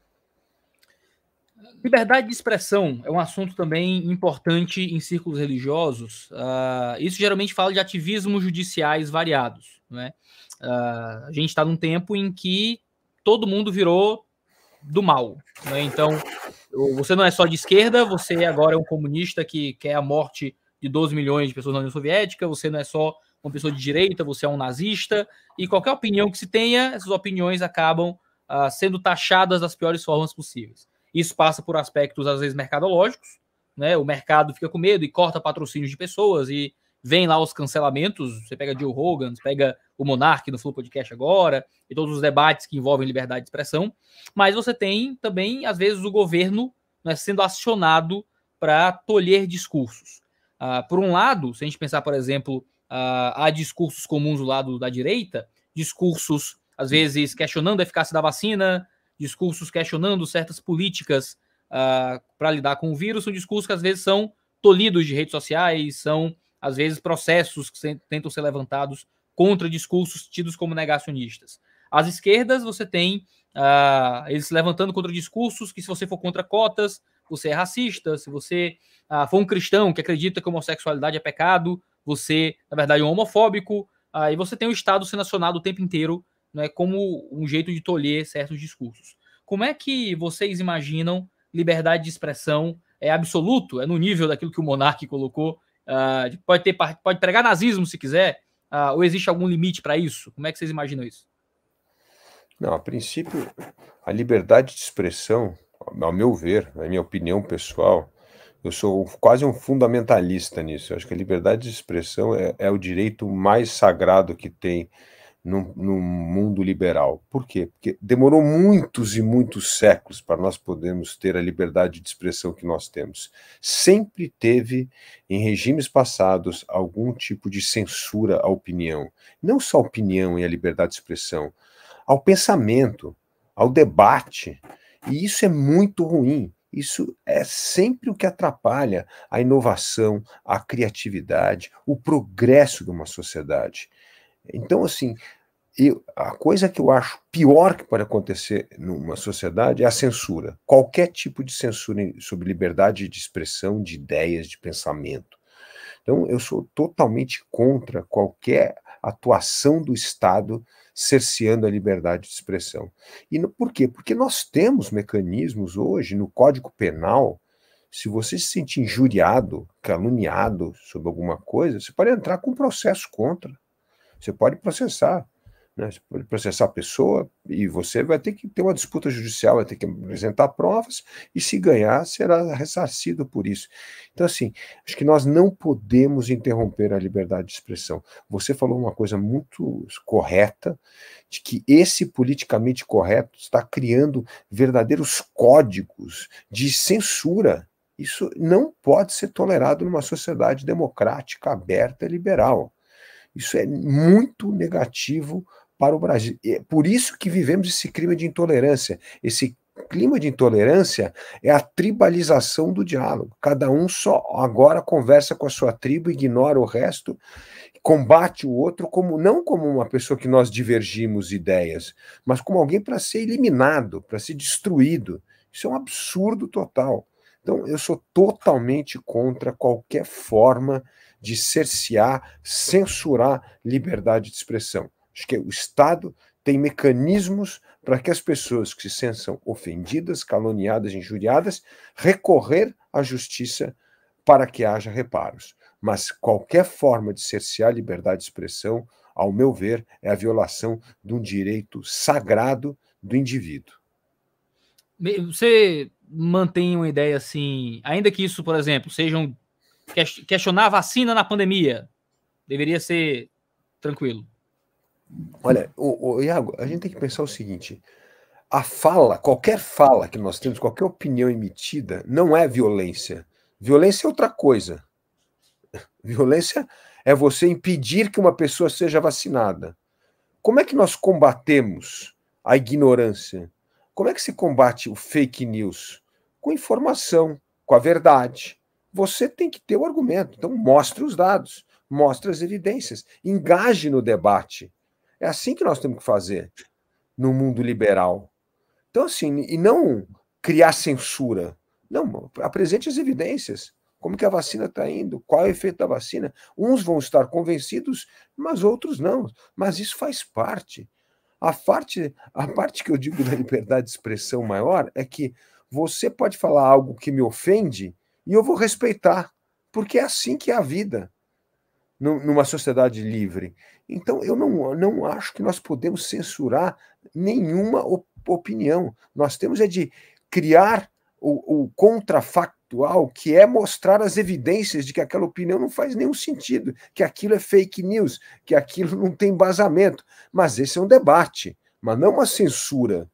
Liberdade de expressão é um assunto também importante em círculos religiosos. Isso geralmente fala de ativismos judiciais variados, né? A gente está num tempo em que todo mundo virou do mal, né? Então, você não é só de esquerda, você agora é um comunista que quer a morte de 12 milhões de pessoas na União Soviética, você não é só uma pessoa de direita, você é um nazista, e qualquer opinião que se tenha, essas opiniões acabam sendo taxadas das piores formas possíveis. Isso passa por aspectos, às vezes, mercadológicos, né? O mercado fica com medo e corta patrocínios de pessoas e vem lá os cancelamentos. Você pega Joe Rogan, você pega o Monark no Flow Podcast agora, e todos os debates que envolvem liberdade de expressão. Mas você tem também, às vezes, o governo, né, sendo acionado para tolher discursos. Por um lado, se a gente pensar, por exemplo, há discursos comuns do lado da direita, discursos, às vezes, questionando a eficácia da vacina, discursos questionando certas políticas para lidar com o vírus, são discursos que às vezes são tolhidos de redes sociais, são às vezes processos que tentam ser levantados contra discursos tidos como negacionistas. Às esquerdas você tem eles se levantando contra discursos que, se você for contra cotas, você é racista. Se você for um cristão que acredita que a homossexualidade é pecado, você, na verdade, é um homofóbico. E você tem o Estado sendo acionado o tempo inteiro, né, como um jeito de tolher certos discursos. Como é que vocês imaginam liberdade de expressão? É absoluto? É no nível daquilo que o Monark colocou? Pode pregar nazismo se quiser? Ou existe algum limite para isso? Como é que vocês imaginam isso? Não, a princípio, a liberdade de expressão, ao meu ver, na minha opinião pessoal, eu sou quase um fundamentalista nisso. Eu acho que a liberdade de expressão é o direito mais sagrado que tem no mundo liberal. Por quê? Porque demorou muitos e muitos séculos para nós podermos ter a liberdade de expressão que nós temos. Sempre teve, em regimes passados, algum tipo de censura à opinião. Não só a opinião e a liberdade de expressão, ao pensamento, ao debate. E isso é muito ruim. Isso é sempre o que atrapalha a inovação, a criatividade, o progresso de uma sociedade. Então, assim, a coisa que eu acho pior que pode acontecer numa sociedade é a censura. Qualquer tipo de censura sobre liberdade de expressão, de ideias, de pensamento. Então, eu sou totalmente contra qualquer atuação do Estado cerceando a liberdade de expressão. E por quê? Porque nós temos mecanismos hoje no Código Penal. Se você se sentir injuriado, caluniado sobre alguma coisa, você pode entrar com um processo contra. Você pode processar. Né? Você pode processar a pessoa e você vai ter que ter uma disputa judicial, vai ter que apresentar provas e, se ganhar, será ressarcido por isso. Então, assim, acho que nós não podemos interromper a liberdade de expressão. Você falou uma coisa muito correta, de que esse politicamente correto está criando verdadeiros códigos de censura. Isso não pode ser tolerado numa sociedade democrática, aberta e liberal. Isso é muito negativo para o Brasil. É por isso que vivemos esse clima de intolerância. Esse clima de intolerância é a tribalização do diálogo. Cada um só agora conversa com a sua tribo, ignora o resto, combate o outro como não como uma pessoa que nós divergimos ideias, mas como alguém para ser eliminado, para ser destruído. Isso é um absurdo total. Então, eu sou totalmente contra qualquer forma de cercear, censurar liberdade de expressão. Acho que o Estado tem mecanismos para que as pessoas que se sentam ofendidas, caluniadas, injuriadas, recorrer à justiça para que haja reparos. Mas qualquer forma de cercear a liberdade de expressão, ao meu ver, é a violação de um direito sagrado do indivíduo. Você mantém uma ideia assim, ainda que isso, por exemplo, sejam questionar a vacina na pandemia, deveria ser tranquilo? Olha, Iago, a gente tem que pensar o seguinte: a fala, qualquer fala que nós temos, qualquer opinião emitida, não é violência. Violência é outra coisa. Violência é você impedir que uma pessoa seja vacinada. Como é que nós combatemos a ignorância? Como é que se combate o fake news? Com informação, com a verdade. Você tem que ter o argumento. Então, mostre os dados, mostre as evidências, engaje no debate. É assim que nós temos que fazer no mundo liberal. Então, assim, e não criar censura. Não, apresente as evidências. Como que a vacina está indo? Qual é o efeito da vacina? Uns vão estar convencidos, mas outros não. Mas isso faz parte. A parte que eu digo da liberdade de expressão maior é que você pode falar algo que me ofende e eu vou respeitar, porque é assim que é a vida numa sociedade livre. Então, eu não acho que nós podemos censurar nenhuma opinião. Nós temos é de criar o contrafactual, que é mostrar as evidências de que aquela opinião não faz nenhum sentido, que aquilo é fake news, que aquilo não tem embasamento. Mas esse é um debate, mas não uma censura.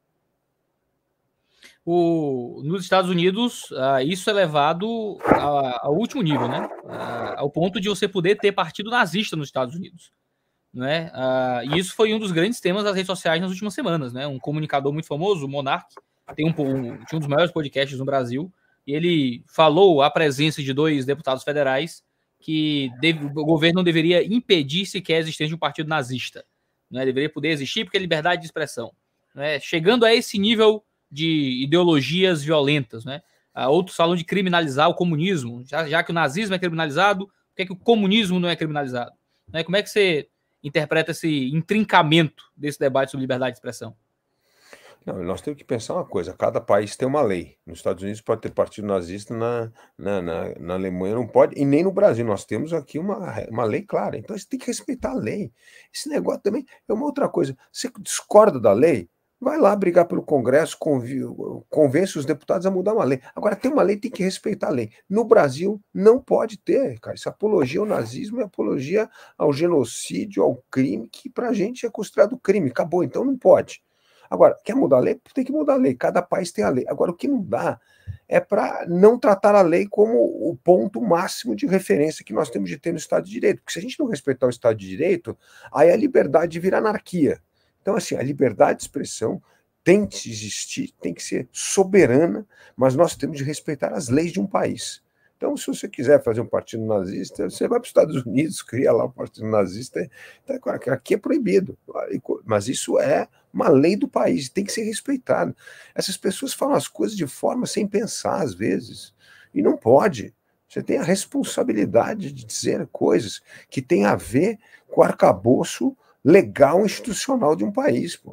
Nos Estados Unidos, isso é levado ao último nível, né? Ao ponto de você poder ter partido nazista nos Estados Unidos. Né? E isso foi um dos grandes temas das redes sociais nas últimas semanas. Né? Um comunicador muito famoso, o Monark, tinha um dos maiores podcasts no Brasil, e ele falou a presença de 2 deputados federais que o governo não deveria impedir sequer a existência de um partido nazista. Né? Deveria poder existir porque é liberdade de expressão. Né? Chegando a esse nível de ideologias violentas. Né? Outros falam de criminalizar o comunismo. Já que o nazismo é criminalizado, por que, que o comunismo não é criminalizado? Né? Como é que você interpreta esse intrincamento desse debate sobre liberdade de expressão? Não, nós temos que pensar uma coisa: cada país tem uma lei. Nos Estados Unidos pode ter partido nazista, na Alemanha não pode, e nem no Brasil. Nós temos aqui uma lei clara. Então você tem que respeitar a lei. Esse negócio também é uma outra coisa. Você discorda da lei? Vai lá brigar pelo Congresso, convence os deputados a mudar uma lei. Agora, tem uma lei, tem que respeitar a lei. No Brasil, não pode ter, cara. Isso é apologia ao nazismo, é apologia ao genocídio, ao crime, que pra gente é considerado crime. Acabou, então não pode. Agora, quer mudar a lei? Tem que mudar a lei. Cada país tem a lei. Agora, o que não dá é para não tratar a lei como o ponto máximo de referência que nós temos de ter no Estado de Direito. Porque se a gente não respeitar o Estado de Direito, aí a liberdade vira anarquia. Então, assim, a liberdade de expressão tem que existir, tem que ser soberana, mas nós temos de respeitar as leis de um país. Então, se você quiser fazer um partido nazista, você vai para os Estados Unidos, cria lá um partido nazista. Aqui é proibido, mas isso é uma lei do país, tem que ser respeitado. Essas pessoas falam as coisas de forma sem pensar, às vezes, e não pode. Você tem a responsabilidade de dizer coisas que têm a ver com o arcabouço legal institucional de um país, pô.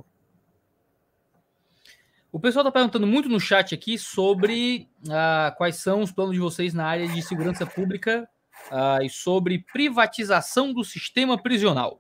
O pessoal está perguntando muito no chat aqui sobre quais são os planos de vocês na área de segurança pública e sobre privatização do sistema prisional.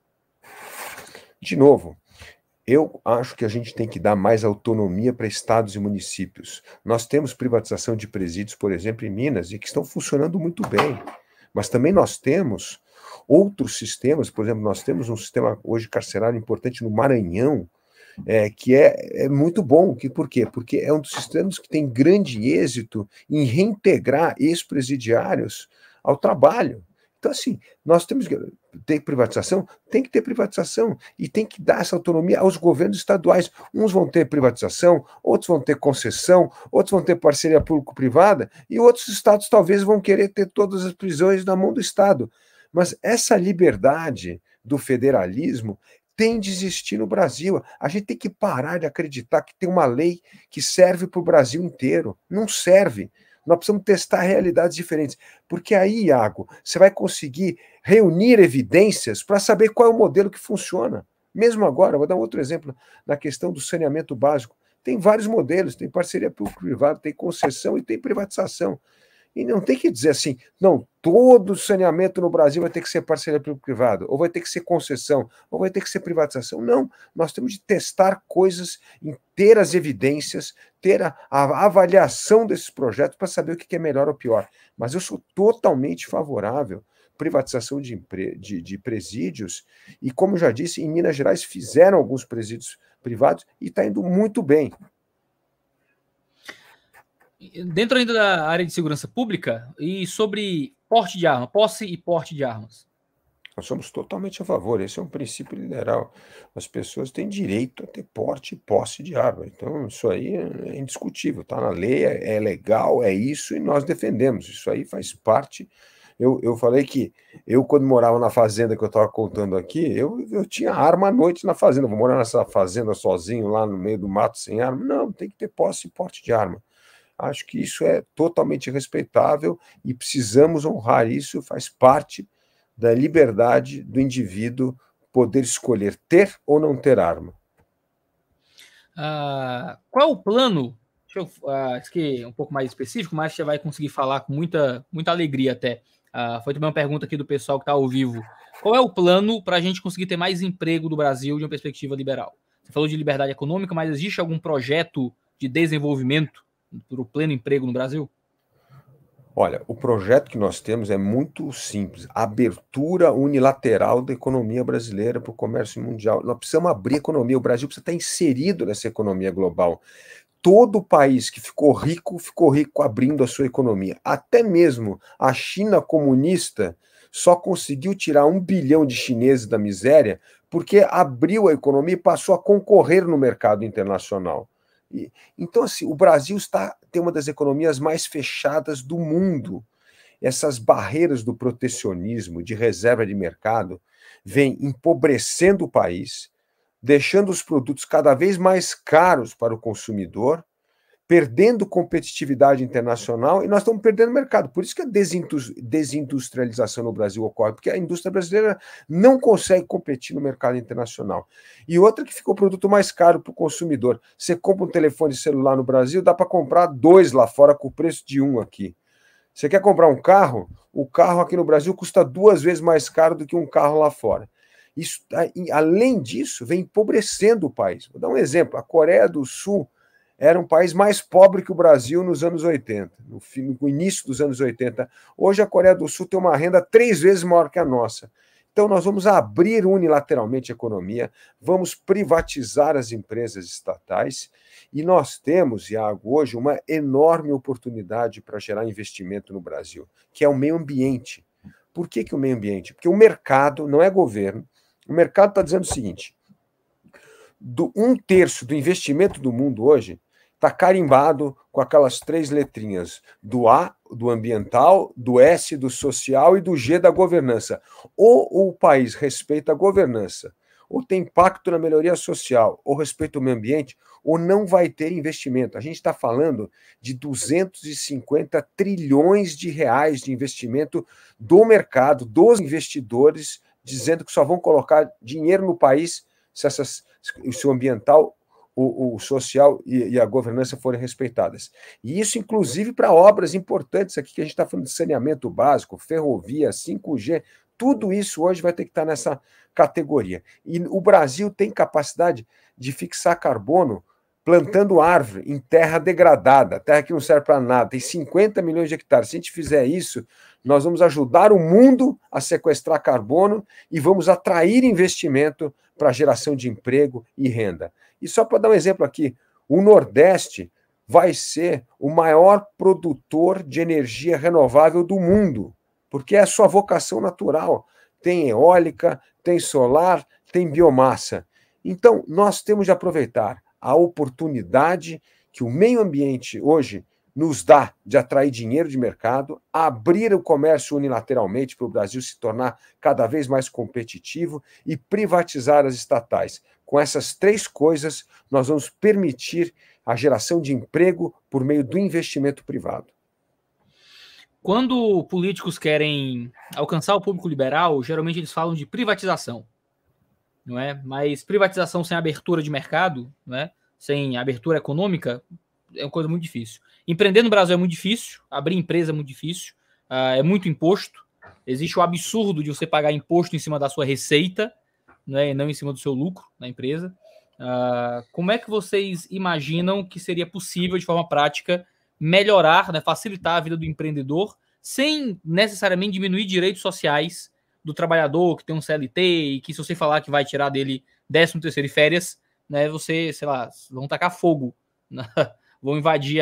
De novo, eu acho que a gente tem que dar mais autonomia para estados e municípios. Nós temos privatização de presídios, por exemplo, em Minas, e que estão funcionando muito bem. Mas também nós temos outros sistemas, por exemplo, nós temos um sistema hoje carcerário importante no Maranhão, que é muito bom. Por quê? Porque é um dos sistemas que tem grande êxito em reintegrar ex-presidiários ao trabalho. Então, assim, nós temos que ter privatização, tem que ter privatização, e tem que dar essa autonomia aos governos estaduais. Uns vão ter privatização, outros vão ter concessão, outros vão ter parceria público-privada, e outros estados talvez vão querer ter todas as prisões na mão do Estado. Mas essa liberdade do federalismo tem de existir no Brasil. A gente tem que parar de acreditar que tem uma lei que serve para o Brasil inteiro. Não serve. Nós precisamos testar realidades diferentes. Porque aí, Iago, você vai conseguir reunir evidências para saber qual é o modelo que funciona. Mesmo agora, vou dar um outro exemplo na questão do saneamento básico. Tem vários modelos, tem parceria público-privada, tem concessão e tem privatização. E não tem que dizer assim, não, todo saneamento no Brasil vai ter que ser parceria público-privada, ou vai ter que ser concessão, ou vai ter que ser privatização. Não, nós temos de testar coisas, ter as evidências, ter a avaliação desses projetos para saber o que é melhor ou pior. Mas eu sou totalmente favorável à privatização de presídios, e como eu já disse, em Minas Gerais fizeram alguns presídios privados e está indo muito bem. Dentro ainda da área de segurança pública, e sobre porte de arma, posse e porte de armas. Nós somos totalmente a favor, esse é um princípio liberal. As pessoas têm direito a ter porte e posse de arma. Então, isso aí é indiscutível, está na lei, é legal, é isso, e nós defendemos. Isso aí faz parte. Eu falei que eu, quando morava na fazenda que eu estava contando aqui, eu tinha arma à noite na fazenda. Vou morar nessa fazenda sozinho, lá no meio do mato, sem arma? Não, tem que ter posse e porte de arma. Acho que isso é totalmente respeitável e precisamos honrar isso, faz parte da liberdade do indivíduo poder escolher ter ou não ter arma. Qual é o plano? Deixa eu aqui um pouco mais específico, mas você vai conseguir falar com muita alegria até. Foi também uma pergunta aqui do pessoal que está ao vivo. Qual é o plano para a gente conseguir ter mais emprego do Brasil de uma perspectiva liberal? Você falou de liberdade econômica, mas existe algum projeto de desenvolvimento para o pleno emprego no Brasil? Olha, o projeto que nós temos é muito simples. Abertura unilateral da economia brasileira para o comércio mundial. Nós precisamos abrir a economia. O Brasil precisa estar inserido nessa economia global. Todo país que ficou rico abrindo a sua economia. Até mesmo a China comunista só conseguiu tirar 1 bilhão de chineses da miséria porque abriu a economia e passou a concorrer no mercado internacional. Então, assim, o Brasil tem uma das economias mais fechadas do mundo. Essas barreiras do protecionismo, de reserva de mercado, vêm empobrecendo o país, deixando os produtos cada vez mais caros para o consumidor, perdendo competitividade internacional, e nós estamos perdendo mercado. Por isso que a desindustrialização no Brasil ocorre, porque a indústria brasileira não consegue competir no mercado internacional. E outra que ficou o produto mais caro para o consumidor. Você compra um telefone celular no Brasil, dá para comprar 2 lá fora com o preço de 1 aqui. Você quer comprar um carro? O carro aqui no Brasil custa 2 vezes mais caro do que um carro lá fora. Isso, além disso, vem empobrecendo o país. Vou dar um exemplo. A Coreia do Sul era um país mais pobre que o Brasil nos anos 80, no início dos anos 80. Hoje a Coreia do Sul tem uma renda 3 vezes maior que a nossa. Então nós vamos abrir unilateralmente a economia, vamos privatizar as empresas estatais, e nós temos, Iago, hoje uma enorme oportunidade para gerar investimento no Brasil, que é o meio ambiente. Por que o meio ambiente? Porque o mercado não é governo. O mercado está dizendo o seguinte: Um terço do investimento do mundo hoje está carimbado com aquelas 3 letrinhas, do A, do ambiental, do S, do social e do G, da governança. Ou o país respeita a governança, ou tem impacto na melhoria social, ou respeita o meio ambiente, ou não vai ter investimento. A gente está falando de 250 trilhões de reais de investimento do mercado, dos investidores, dizendo que só vão colocar dinheiro no país se o ambiental, o social e a governança forem respeitadas. E isso, inclusive, para obras importantes aqui, que a gente está falando de saneamento básico, ferrovia, 5G, tudo isso hoje vai ter que estar nessa categoria. E o Brasil tem capacidade de fixar carbono plantando árvore em terra degradada, terra que não serve para nada, tem 50 milhões de hectares. Se a gente fizer isso, nós vamos ajudar o mundo a sequestrar carbono e vamos atrair investimento para a geração de emprego e renda. E só para dar um exemplo aqui, o Nordeste vai ser o maior produtor de energia renovável do mundo, porque é a sua vocação natural. Tem eólica, tem solar, tem biomassa. Então, nós temos de aproveitar a oportunidade que o meio ambiente hoje nos dá de atrair dinheiro de mercado, abrir o comércio unilateralmente para o Brasil se tornar cada vez mais competitivo e privatizar as estatais. Com essas 3 coisas, nós vamos permitir a geração de emprego por meio do investimento privado. Quando políticos querem alcançar o público liberal, geralmente eles falam de privatização, não é? Mas privatização sem abertura de mercado, não é? Sem abertura econômica, é uma coisa muito difícil. Empreender no Brasil é muito difícil, abrir empresa é muito difícil, é muito imposto. Existe o absurdo de você pagar imposto em cima da sua receita, né, e não em cima do seu lucro na empresa. Como é que vocês imaginam que seria possível, de forma prática, melhorar, né, facilitar a vida do empreendedor, sem necessariamente diminuir direitos sociais do trabalhador que tem um CLT e que, se você falar que vai tirar dele 13º e férias, né, você, sei lá, vão tacar fogo, né? Vão invadir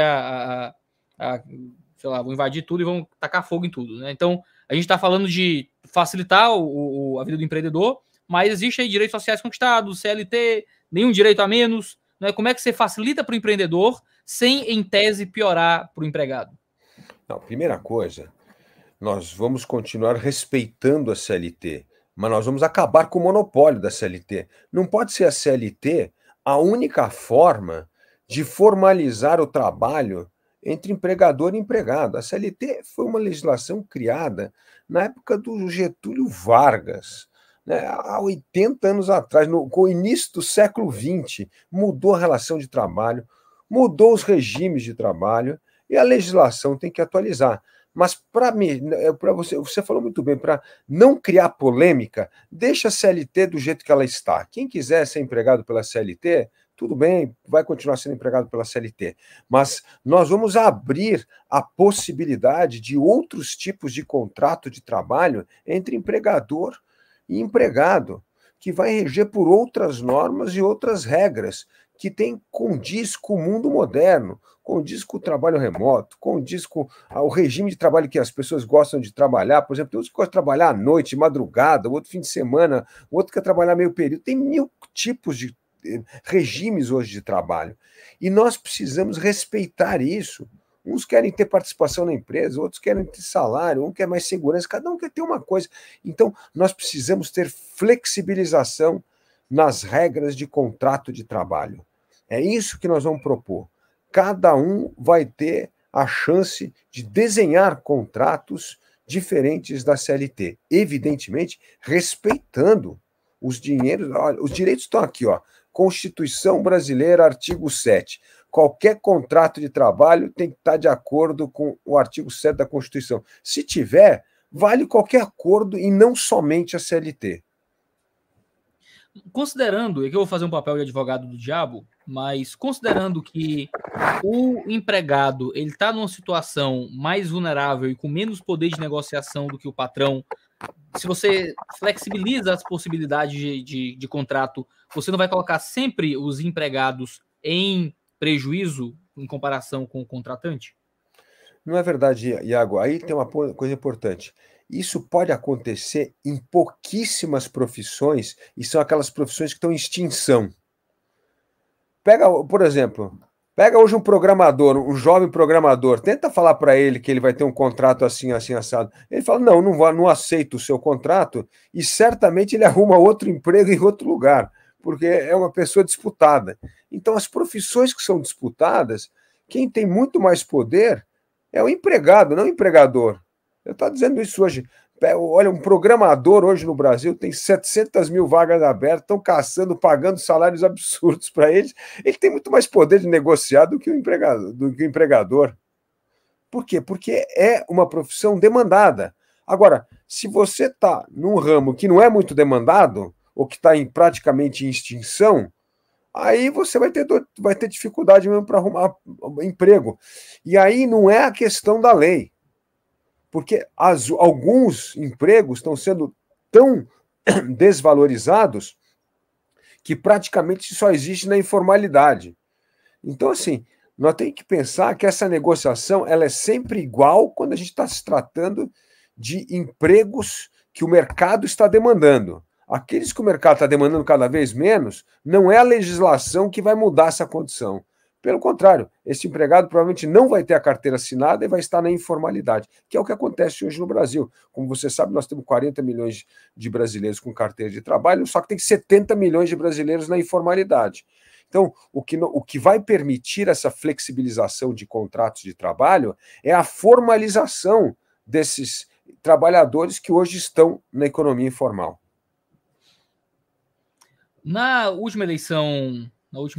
sei lá, vão invadir tudo e vão tacar fogo em tudo, né? Então, a gente está falando de facilitar a vida do empreendedor, mas existe aí direitos sociais conquistados, CLT, nenhum direito a menos, né? Como é que você facilita para o empreendedor sem, em tese, piorar para o empregado? Não, primeira coisa, nós vamos continuar respeitando a CLT, mas nós vamos acabar com o monopólio da CLT. Não pode ser a CLT a única forma de formalizar o trabalho entre empregador e empregado. A CLT foi uma legislação criada na época do Getúlio Vargas, né, há 80 anos atrás, com o início do século XX, mudou a relação de trabalho, mudou os regimes de trabalho e a legislação tem que atualizar. Mas para mim, para você falou muito bem, para não criar polêmica, deixa a CLT do jeito que ela está. Quem quiser ser empregado pela CLT, tudo bem, vai continuar sendo empregado pela CLT. Mas nós vamos abrir a possibilidade de outros tipos de contrato de trabalho entre empregador e empregado, que vai reger por outras normas e outras regras, que condiz com o mundo moderno, condiz com o trabalho remoto, condiz com o regime de trabalho que as pessoas gostam de trabalhar. Por exemplo, tem uns que gostam de trabalhar à noite, de madrugada, outro fim de semana, outro quer trabalhar meio período. Tem 1000 tipos de regimes hoje de trabalho. E nós precisamos respeitar isso. Uns querem ter participação na empresa, outros querem ter salário, um quer mais segurança, cada um quer ter uma coisa. Então, nós precisamos ter flexibilização nas regras de contrato de trabalho. É isso que nós vamos propor. Cada um vai ter a chance de desenhar contratos diferentes da CLT, evidentemente respeitando os dinheiros. Olha, os direitos estão aqui, ó. Constituição Brasileira, artigo 7. Qualquer contrato de trabalho tem que estar de acordo com o artigo 7 da Constituição. Se tiver, vale qualquer acordo e não somente a CLT. Considerando, é que eu vou fazer um papel de advogado do diabo, mas considerando que o empregado ele está numa situação mais vulnerável e com menos poder de negociação do que o patrão, se você flexibiliza as possibilidades de contrato, você não vai colocar sempre os empregados em prejuízo em comparação com o contratante? Não é verdade, Iago. Aí tem uma coisa importante. Isso pode acontecer em pouquíssimas profissões, e são aquelas profissões que estão em extinção. Pega, por exemplo, pega hoje um programador, um jovem programador, tenta falar para ele que ele vai ter um contrato assim, assim, assado. Ele fala, não aceito o seu contrato, e certamente ele arruma outro emprego em outro lugar, porque é uma pessoa disputada. Então, as profissões que são disputadas, quem tem muito mais poder é o empregado, não o empregador. Eu estou dizendo isso hoje. Olha, um programador hoje no Brasil tem 700 mil vagas abertas, estão caçando, pagando salários absurdos para eles. Ele tem muito mais poder de negociar do que o empregador. Por quê? Porque é uma profissão demandada. Agora, se você está num ramo que não é muito demandado, ou que está praticamente em extinção, aí você vai ter dificuldade mesmo para arrumar emprego. E aí não é a questão da lei. Porque alguns empregos estão sendo tão desvalorizados que praticamente só existe na informalidade. Então, assim, nós temos que pensar que essa negociação ela é sempre igual quando a gente está se tratando de empregos que o mercado está demandando. Aqueles que o mercado está demandando cada vez menos, não é a legislação que vai mudar essa condição. Pelo contrário, esse empregado provavelmente não vai ter a carteira assinada e vai estar na informalidade, que é o que acontece hoje no Brasil. Como você sabe, nós temos 40 milhões de brasileiros com carteira de trabalho, só que tem 70 milhões de brasileiros na informalidade. Então, o que vai permitir essa flexibilização de contratos de trabalho é a formalização desses trabalhadores que hoje estão na economia informal. Na última eleição,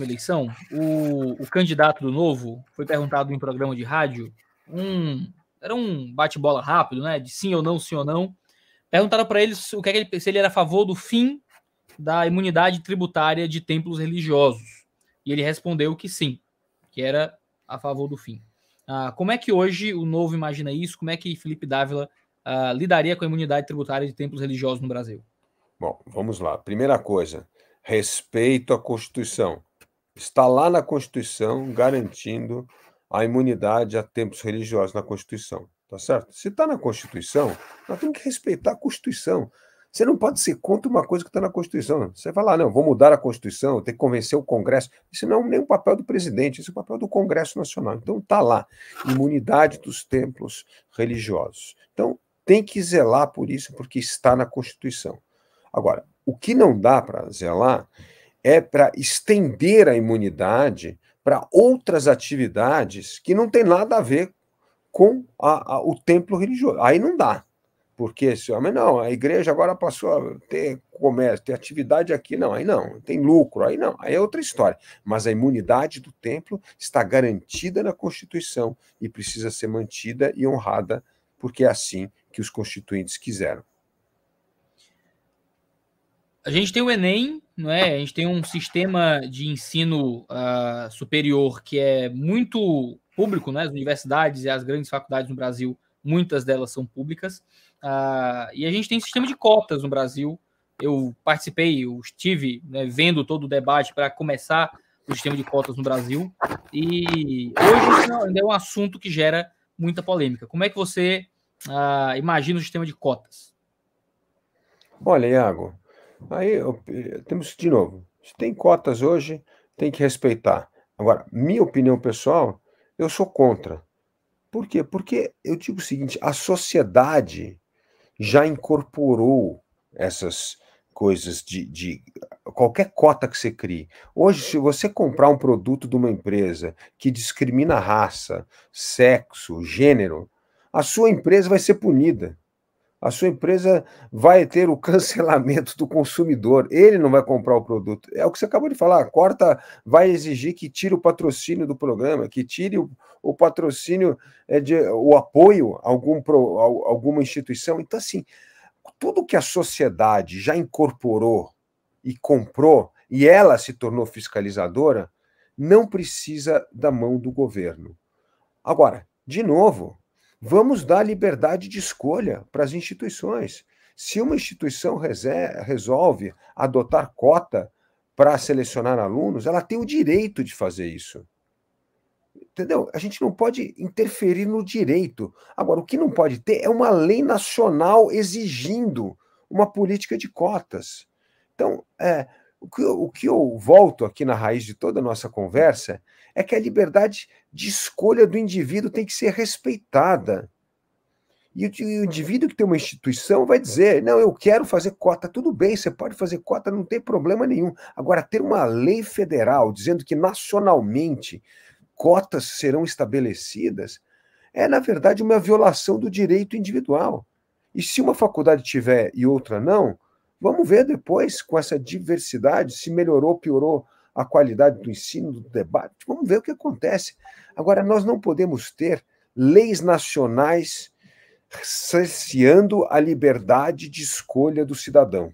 o candidato do Novo foi perguntado em programa de rádio, era um bate-bola rápido, né? De sim ou não. Perguntaram para ele se ele era a favor do fim da imunidade tributária de templos religiosos. E ele respondeu que sim, que era a favor do fim. Como é que hoje o Novo imagina isso? Como é que Felipe Dávila lidaria com a imunidade tributária de templos religiosos no Brasil? Bom, vamos lá. Primeira coisa, respeito à Constituição. Está lá na Constituição garantindo a imunidade a templos religiosos na Constituição. Tá certo? Se está na Constituição, nós temos que respeitar a Constituição. Você não pode ser contra uma coisa que está na Constituição. Você vai lá, não, vou mudar a Constituição, tem que convencer o Congresso. Isso não é nem o papel do presidente, isso é o papel do Congresso Nacional. Então está lá, imunidade dos templos religiosos. Então tem que zelar por isso, porque está na Constituição. Agora, o que não dá para zelar é para estender a imunidade para outras atividades que não tem nada a ver com o templo religioso. Aí não dá. Porque mas não, a igreja agora passou a ter comércio, ter atividade aqui, não, aí não, tem lucro, aí não, aí é outra história. Mas a imunidade do templo está garantida na Constituição e precisa ser mantida e honrada, porque é assim que os constituintes quiseram. A gente tem o Enem, não é? A gente tem um sistema de ensino superior que é muito público, né? As universidades e as grandes faculdades no Brasil, muitas delas são públicas. E a gente tem sistema de cotas no Brasil. Eu estive, né, vendo todo o debate para começar o sistema de cotas no Brasil. E hoje isso ainda é um assunto que gera muita polêmica. Como é que você imagina o sistema de cotas? Olha, Iago, aí temos de novo, se tem cotas hoje, tem que respeitar. Agora, minha opinião pessoal, eu sou contra. Por quê? Porque eu digo o seguinte, a sociedade já incorporou essas coisas de qualquer cota que você crie. Hoje, se você comprar um produto de uma empresa que discrimina raça, sexo, gênero, a sua empresa vai ser punida. A sua empresa vai ter o cancelamento do consumidor, ele não vai comprar o produto. É o que você acabou de falar, corta, vai exigir que tire o patrocínio do programa, que tire o patrocínio, o apoio a alguma instituição. Então, assim, tudo que a sociedade já incorporou e comprou, e ela se tornou fiscalizadora, não precisa da mão do governo. Agora, de novo, vamos dar liberdade de escolha para as instituições. Se uma instituição resolve adotar cota para selecionar alunos, ela tem o direito de fazer isso. Entendeu? A gente não pode interferir no direito. Agora, o que não pode ter é uma lei nacional exigindo uma política de cotas. Então, O que eu volto aqui na raiz de toda a nossa conversa é que a liberdade de escolha do indivíduo tem que ser respeitada. E o indivíduo que tem uma instituição vai dizer, não, eu quero fazer cota, tudo bem, você pode fazer cota, não tem problema nenhum. Agora, ter uma lei federal dizendo que nacionalmente cotas serão estabelecidas é, na verdade, uma violação do direito individual. E se uma faculdade tiver e outra não, vamos ver depois, com essa diversidade, se melhorou ou piorou a qualidade do ensino, do debate, vamos ver o que acontece. Agora, nós não podemos ter leis nacionais cerceando a liberdade de escolha do cidadão.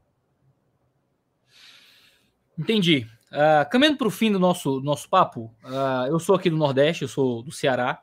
Entendi. Caminhando para o fim do nosso papo, eu sou aqui do Nordeste, eu sou do Ceará.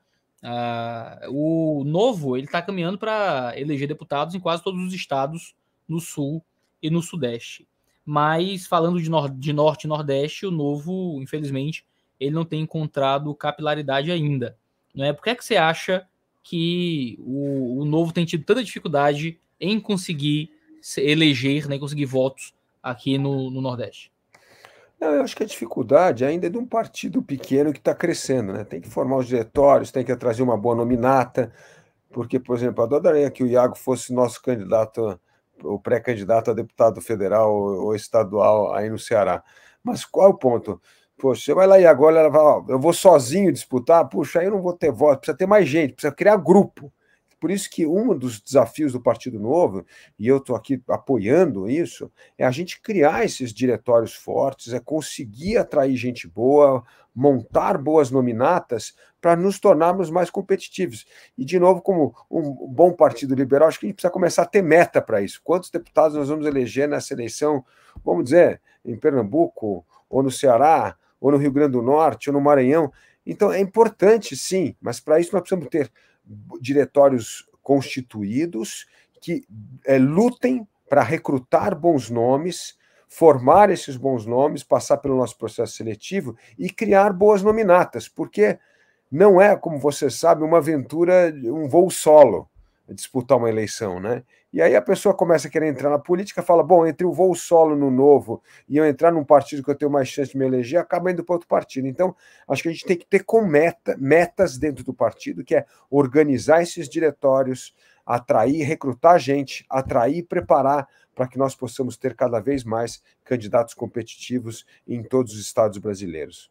O Novo ele está caminhando para eleger deputados em quase todos os estados no Sul e no Sudeste. Mas falando de Norte e Nordeste, o Novo, infelizmente, ele não tem encontrado capilaridade ainda. Não é? Por que é que você acha que o Novo tem tido tanta dificuldade em conseguir eleger, né, conseguir votos aqui no Nordeste? Não, eu acho que a dificuldade ainda é de um partido pequeno que está crescendo, né? Tem que formar os diretórios, tem que trazer uma boa nominata, porque, por exemplo, eu adoraria que o Iago fosse nosso candidato, o pré-candidato a deputado federal ou estadual aí no Ceará. Mas qual é o ponto? Poxa, você vai lá e agora ela fala, eu vou sozinho disputar, puxa, aí eu não vou ter voto, precisa ter mais gente, precisa criar grupo. Por isso que um dos desafios do Partido Novo, e eu estou aqui apoiando isso, é a gente criar esses diretórios fortes, é conseguir atrair gente boa, montar boas nominatas para nos tornarmos mais competitivos. E, de novo, como um bom partido liberal, acho que a gente precisa começar a ter meta para isso. Quantos deputados nós vamos eleger nessa eleição, vamos dizer, em Pernambuco, ou no Ceará, ou no Rio Grande do Norte, ou no Maranhão? Então, é importante, sim, mas para isso nós precisamos ter diretórios constituídos que lutem para recrutar bons nomes, formar esses bons nomes, passar pelo nosso processo seletivo e criar boas nominatas, porque não é, como você sabe, uma aventura, um voo solo, disputar uma eleição, né? E aí a pessoa começa a querer entrar na política, fala, bom, entre o voo solo no Novo e eu entrar num partido que eu tenho mais chance de me eleger, acaba indo para outro partido. Então, acho que a gente tem que ter metas dentro do partido, que é organizar esses diretórios, atrair, recrutar gente, atrair e preparar para que nós possamos ter cada vez mais candidatos competitivos em todos os estados brasileiros.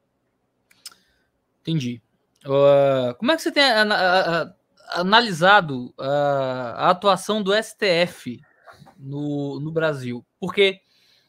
Entendi. Como é que você tem analisado a atuação do STF no Brasil? Porque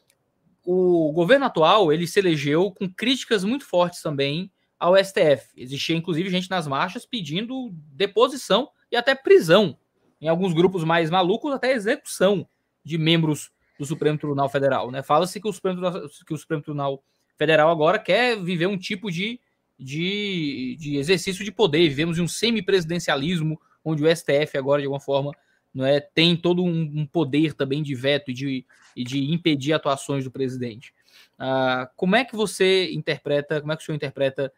o governo atual ele se elegeu com críticas muito fortes também ao STF. Existia, inclusive, gente nas marchas pedindo deposição e até prisão. Em alguns grupos mais malucos, até execução de membros do Supremo Tribunal Federal. Né? Fala-se que o Supremo Tribunal Federal agora quer viver um tipo de exercício de poder. Vivemos em um semipresidencialismo, onde o STF agora, de alguma forma, não é, tem todo um poder também de veto e de impedir atuações do presidente. Como é que você interpreta, como é que o senhor interpreta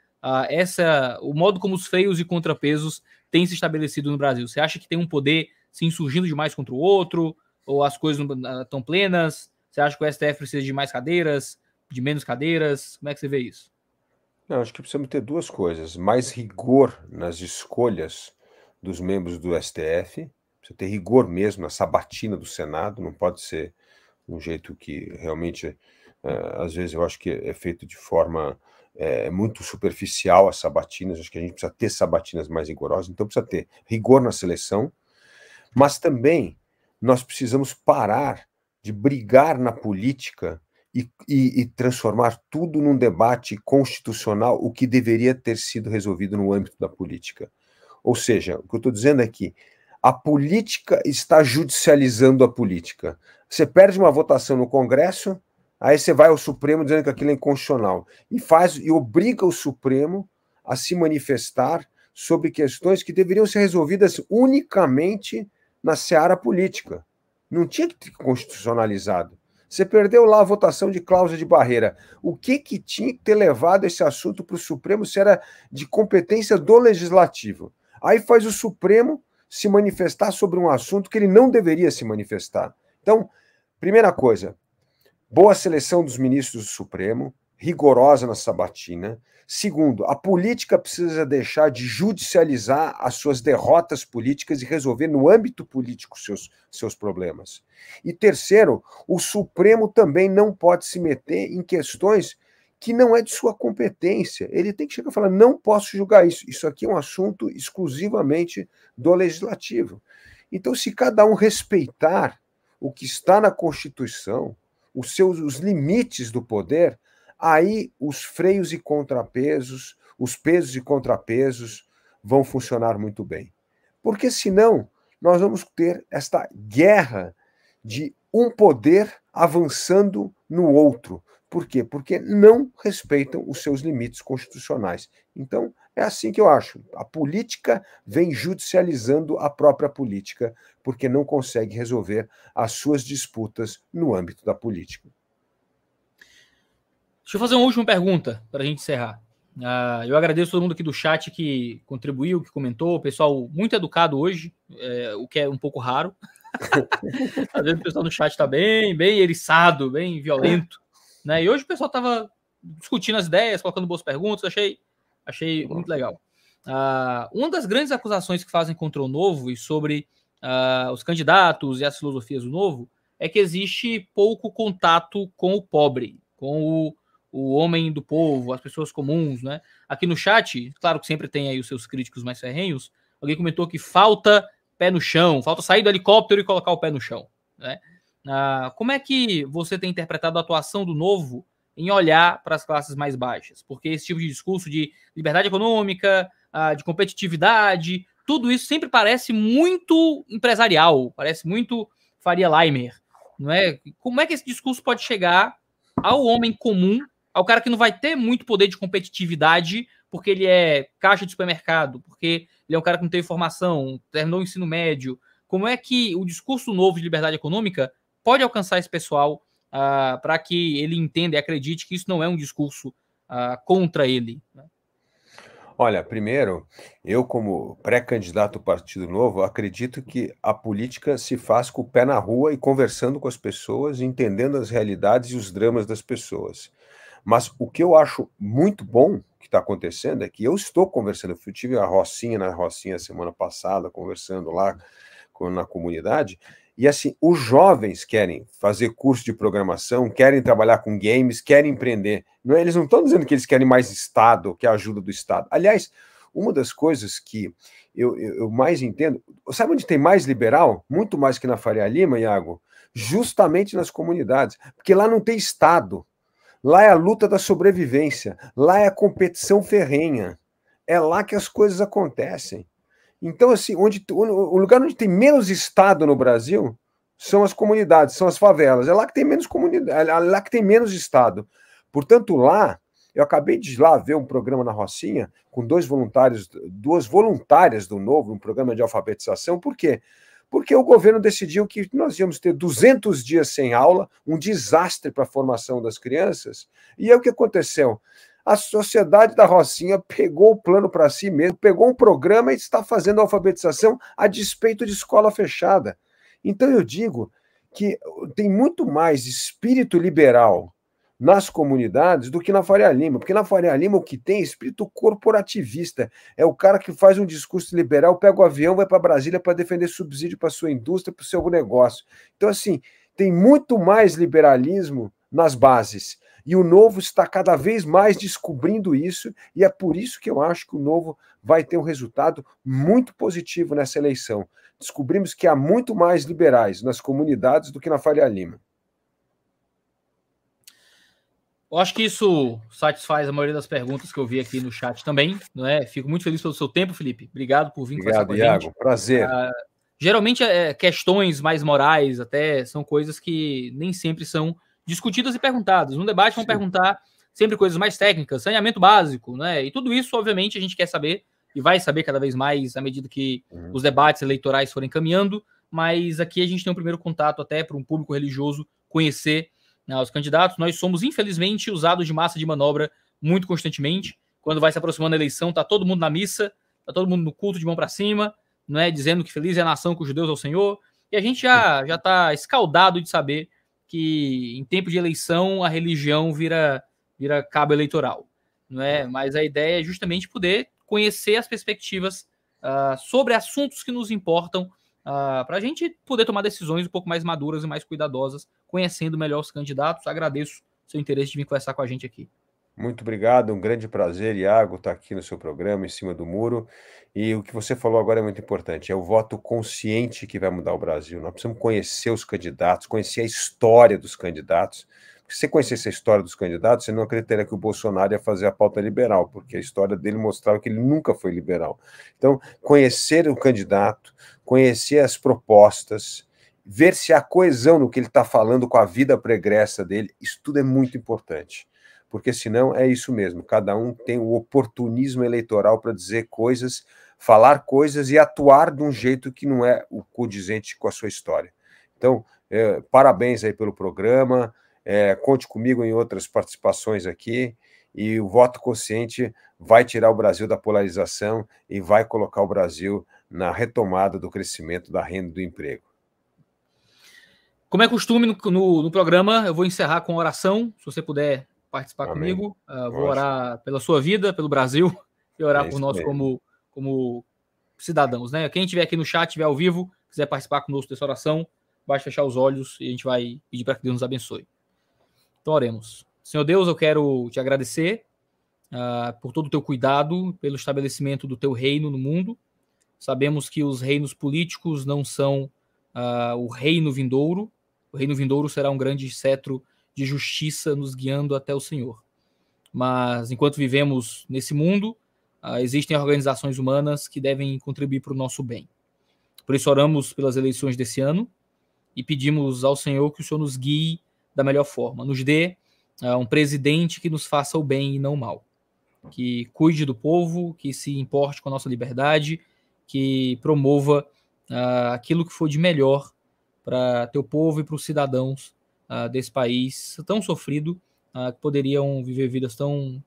o modo como os freios e contrapesos têm se estabelecido no Brasil? Você acha que tem um poder se insurgindo demais contra o outro? Ou as coisas não estão plenas? Você acha que o STF precisa de mais cadeiras, de menos cadeiras? Como é que você vê isso? Não, acho que precisamos ter duas coisas. Mais rigor nas escolhas dos membros do STF, precisa ter rigor mesmo na sabatina do Senado, não pode ser um jeito que realmente, às vezes eu acho que é feito de forma muito superficial as sabatinas, acho que a gente precisa ter sabatinas mais rigorosas, então precisa ter rigor na seleção, mas também nós precisamos parar de brigar na política e transformar tudo num debate constitucional, o que deveria ter sido resolvido no âmbito da política. Ou seja, o que eu estou dizendo é que a política está judicializando a política. Você perde uma votação no Congresso, aí você vai ao Supremo dizendo que aquilo é inconstitucional, e obriga o Supremo a se manifestar sobre questões que deveriam ser resolvidas unicamente na seara política. Não tinha que ter constitucionalizado. Você perdeu lá a votação de cláusula de barreira. O que tinha que ter levado esse assunto para o Supremo se era de competência do Legislativo? Aí faz o Supremo se manifestar sobre um assunto que ele não deveria se manifestar. Então, primeira coisa, boa seleção dos ministros do Supremo, rigorosa na sabatina. Segundo, a política precisa deixar de judicializar as suas derrotas políticas e resolver no âmbito político seus problemas. E terceiro, o Supremo também não pode se meter em questões que não é de sua competência. Ele tem que chegar e falar, não posso julgar isso. Isso aqui é um assunto exclusivamente do Legislativo. Então, se cada um respeitar o que está na Constituição, os limites do poder, aí os freios e contrapesos, os pesos e contrapesos vão funcionar muito bem. Porque senão nós vamos ter esta guerra de um poder avançando no outro. Por quê? Porque não respeitam os seus limites constitucionais. Então, é assim que eu acho. A política vem judicializando a própria política, porque não consegue resolver as suas disputas no âmbito da política. Deixa eu fazer uma última pergunta para a gente encerrar. Eu agradeço todo mundo aqui do chat que contribuiu, que comentou. O pessoal muito educado hoje, o que é um pouco raro. Às vezes o pessoal no chat está bem eriçado, bem violento. Né? E hoje o pessoal estava discutindo as ideias, colocando boas perguntas. Achei muito legal. Uma das grandes acusações que fazem contra o Novo e sobre os candidatos e as filosofias do Novo é que existe pouco contato com o pobre, com o homem do povo, as pessoas comuns, né? Aqui no chat, claro que sempre tem aí os seus críticos mais ferrenhos, alguém comentou que falta pé no chão, falta sair do helicóptero e colocar o pé no chão, né? Como é que você tem interpretado a atuação do Novo em olhar para as classes mais baixas? Porque esse tipo de discurso de liberdade econômica, de competitividade, tudo isso sempre parece muito empresarial, parece muito Faria Limer, não é? Como é que esse discurso pode chegar ao homem comum, ao cara que não vai ter muito poder de competitividade, porque ele é caixa de supermercado, porque ele é um cara que não teve formação, terminou o ensino médio? Como é que o discurso novo de liberdade econômica pode alcançar esse pessoal para que ele entenda e acredite que isso não é um discurso contra ele, né? Olha, primeiro, eu como pré-candidato ao Partido Novo, acredito que a política se faz com o pé na rua e conversando com as pessoas, entendendo as realidades e os dramas das pessoas. Mas o que eu acho muito bom que está acontecendo é que eu estou conversando, eu tive na Rocinha semana passada, conversando lá na comunidade, e assim, os jovens querem fazer curso de programação, querem trabalhar com games, querem empreender. Eles não estão dizendo que eles querem mais Estado, que a ajuda do Estado. Aliás, uma das coisas que eu mais entendo, sabe onde tem mais liberal? Muito mais que na Faria Lima, Iago? Justamente nas comunidades, porque lá não tem Estado. Lá é a luta da sobrevivência, lá é a competição ferrenha, é lá que as coisas acontecem. Então, assim, o lugar onde tem menos Estado no Brasil são as comunidades, são as favelas. É lá que tem menos comunidade, é lá que tem menos Estado. Portanto, lá, eu acabei de ir lá ver um programa na Rocinha com duas voluntárias do Novo, um programa de alfabetização. Por quê? Porque o governo decidiu que nós íamos ter 200 dias sem aula, um desastre para a formação das crianças. E é o que aconteceu. A sociedade da Rocinha pegou o plano para si mesmo, pegou um programa e está fazendo alfabetização a despeito de escola fechada. Então eu digo que tem muito mais espírito liberal nas comunidades do que na Faria Lima, porque na Faria Lima o que tem é espírito corporativista, é o cara que faz um discurso liberal, pega o avião, vai para Brasília para defender subsídio para sua indústria, para o seu negócio. Então assim, tem muito mais liberalismo nas bases. E o Novo está cada vez mais descobrindo isso, e é por isso que eu acho que o Novo vai ter um resultado muito positivo nessa eleição. Descobrimos que há muito mais liberais nas comunidades do que na Faria Lima. Eu acho que isso satisfaz a maioria das perguntas que eu vi aqui no chat também, não é? Fico muito feliz pelo seu tempo, Felipe. Obrigado por vir conversar com a Iago. gente. Prazer. Geralmente, questões mais morais até são coisas que nem sempre são discutidas e perguntadas. No debate vão perguntar sempre coisas mais técnicas, saneamento básico, né? E tudo isso, obviamente, a gente quer saber e vai saber cada vez mais à medida que os debates eleitorais forem caminhando, mas aqui a gente tem um primeiro contato até para um público religioso conhecer os candidatos. Nós somos, infelizmente, usados de massa de manobra muito constantemente. Quando vai se aproximando a eleição, tá todo mundo na missa, tá todo mundo no culto de mão para cima, não é? Dizendo que feliz é a nação cujo Deus é o Senhor. E a gente já tá escaldado de saber que em tempo de eleição a religião vira cabo eleitoral, não é? Mas a ideia é justamente poder conhecer as perspectivas sobre assuntos que nos importam, para a gente poder tomar decisões um pouco mais maduras e mais cuidadosas, conhecendo melhor os candidatos. Agradeço o seu interesse de vir conversar com a gente aqui. Muito obrigado, um grande prazer, Iago, estar aqui no seu programa, Em Cima do Muro. E o que você falou agora é muito importante, é o voto consciente que vai mudar o Brasil. Nós precisamos conhecer os candidatos, conhecer a história dos candidatos. Porque se você conhecesse a história dos candidatos, você não acreditaria que o Bolsonaro ia fazer a pauta liberal, porque a história dele mostrava que ele nunca foi liberal. Então, conhecer o candidato, conhecer as propostas, ver se há coesão no que ele está falando com a vida pregressa dele, isso tudo é muito importante. Porque senão é isso mesmo, cada um tem o oportunismo eleitoral para dizer coisas, falar coisas e atuar de um jeito que não é o condizente com a sua história. Então, parabéns aí pelo programa, conte comigo em outras participações aqui, e o voto consciente vai tirar o Brasil da polarização e vai colocar o Brasil na retomada do crescimento da renda e do emprego. Como é costume no programa, eu vou encerrar com oração, se você puder participar Amém. comigo. Vou orar pela sua vida, pelo Brasil, e orar por nós como cidadãos, né? Quem estiver aqui no chat, estiver ao vivo, quiser participar conosco dessa oração, basta fechar os olhos e a gente vai pedir para que Deus nos abençoe. Então, oremos. Senhor Deus, eu quero te agradecer por todo o teu cuidado, pelo estabelecimento do teu reino no mundo. Sabemos que os reinos políticos não são o reino vindouro. O reino vindouro será um grande cetro de justiça nos guiando até o Senhor. Mas enquanto vivemos nesse mundo, existem organizações humanas que devem contribuir para o nosso bem. Por isso oramos pelas eleições desse ano e pedimos ao Senhor que o Senhor nos guie da melhor forma, nos dê um presidente que nos faça o bem e não o mal, que cuide do povo, que se importe com a nossa liberdade, que promova aquilo que for de melhor para teu povo e para os cidadãos desse país tão sofrido, que poderiam viver vidas tão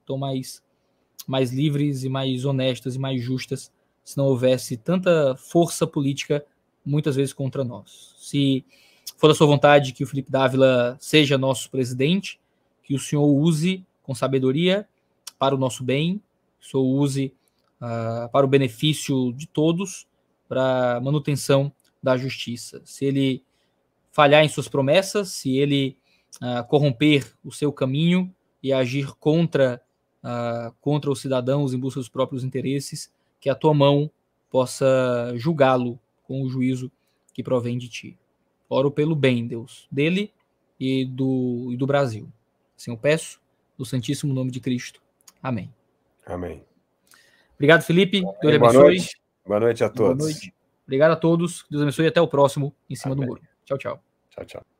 mais livres e mais honestas e mais justas se não houvesse tanta força política muitas vezes contra nós. Se for da sua vontade que o Felipe Dávila seja nosso presidente, que o Senhor use com sabedoria para o nosso bem, que o Senhor use para o benefício de todos, para a manutenção da justiça. Se ele falhar em suas promessas, se ele corromper o seu caminho e agir contra os cidadãos em busca dos próprios interesses, que a tua mão possa julgá-lo com o juízo que provém de ti. Oro pelo bem, Deus, dele e do Brasil. Assim eu peço, no santíssimo nome de Cristo. Amém. Amém. Obrigado, Felipe. Deus Boa abençoe. noite. Boa noite a todos. Boa noite. Obrigado a todos. Deus abençoe e até o próximo Em Cima do Muro. Tchau, tchau. Tchau, tchau.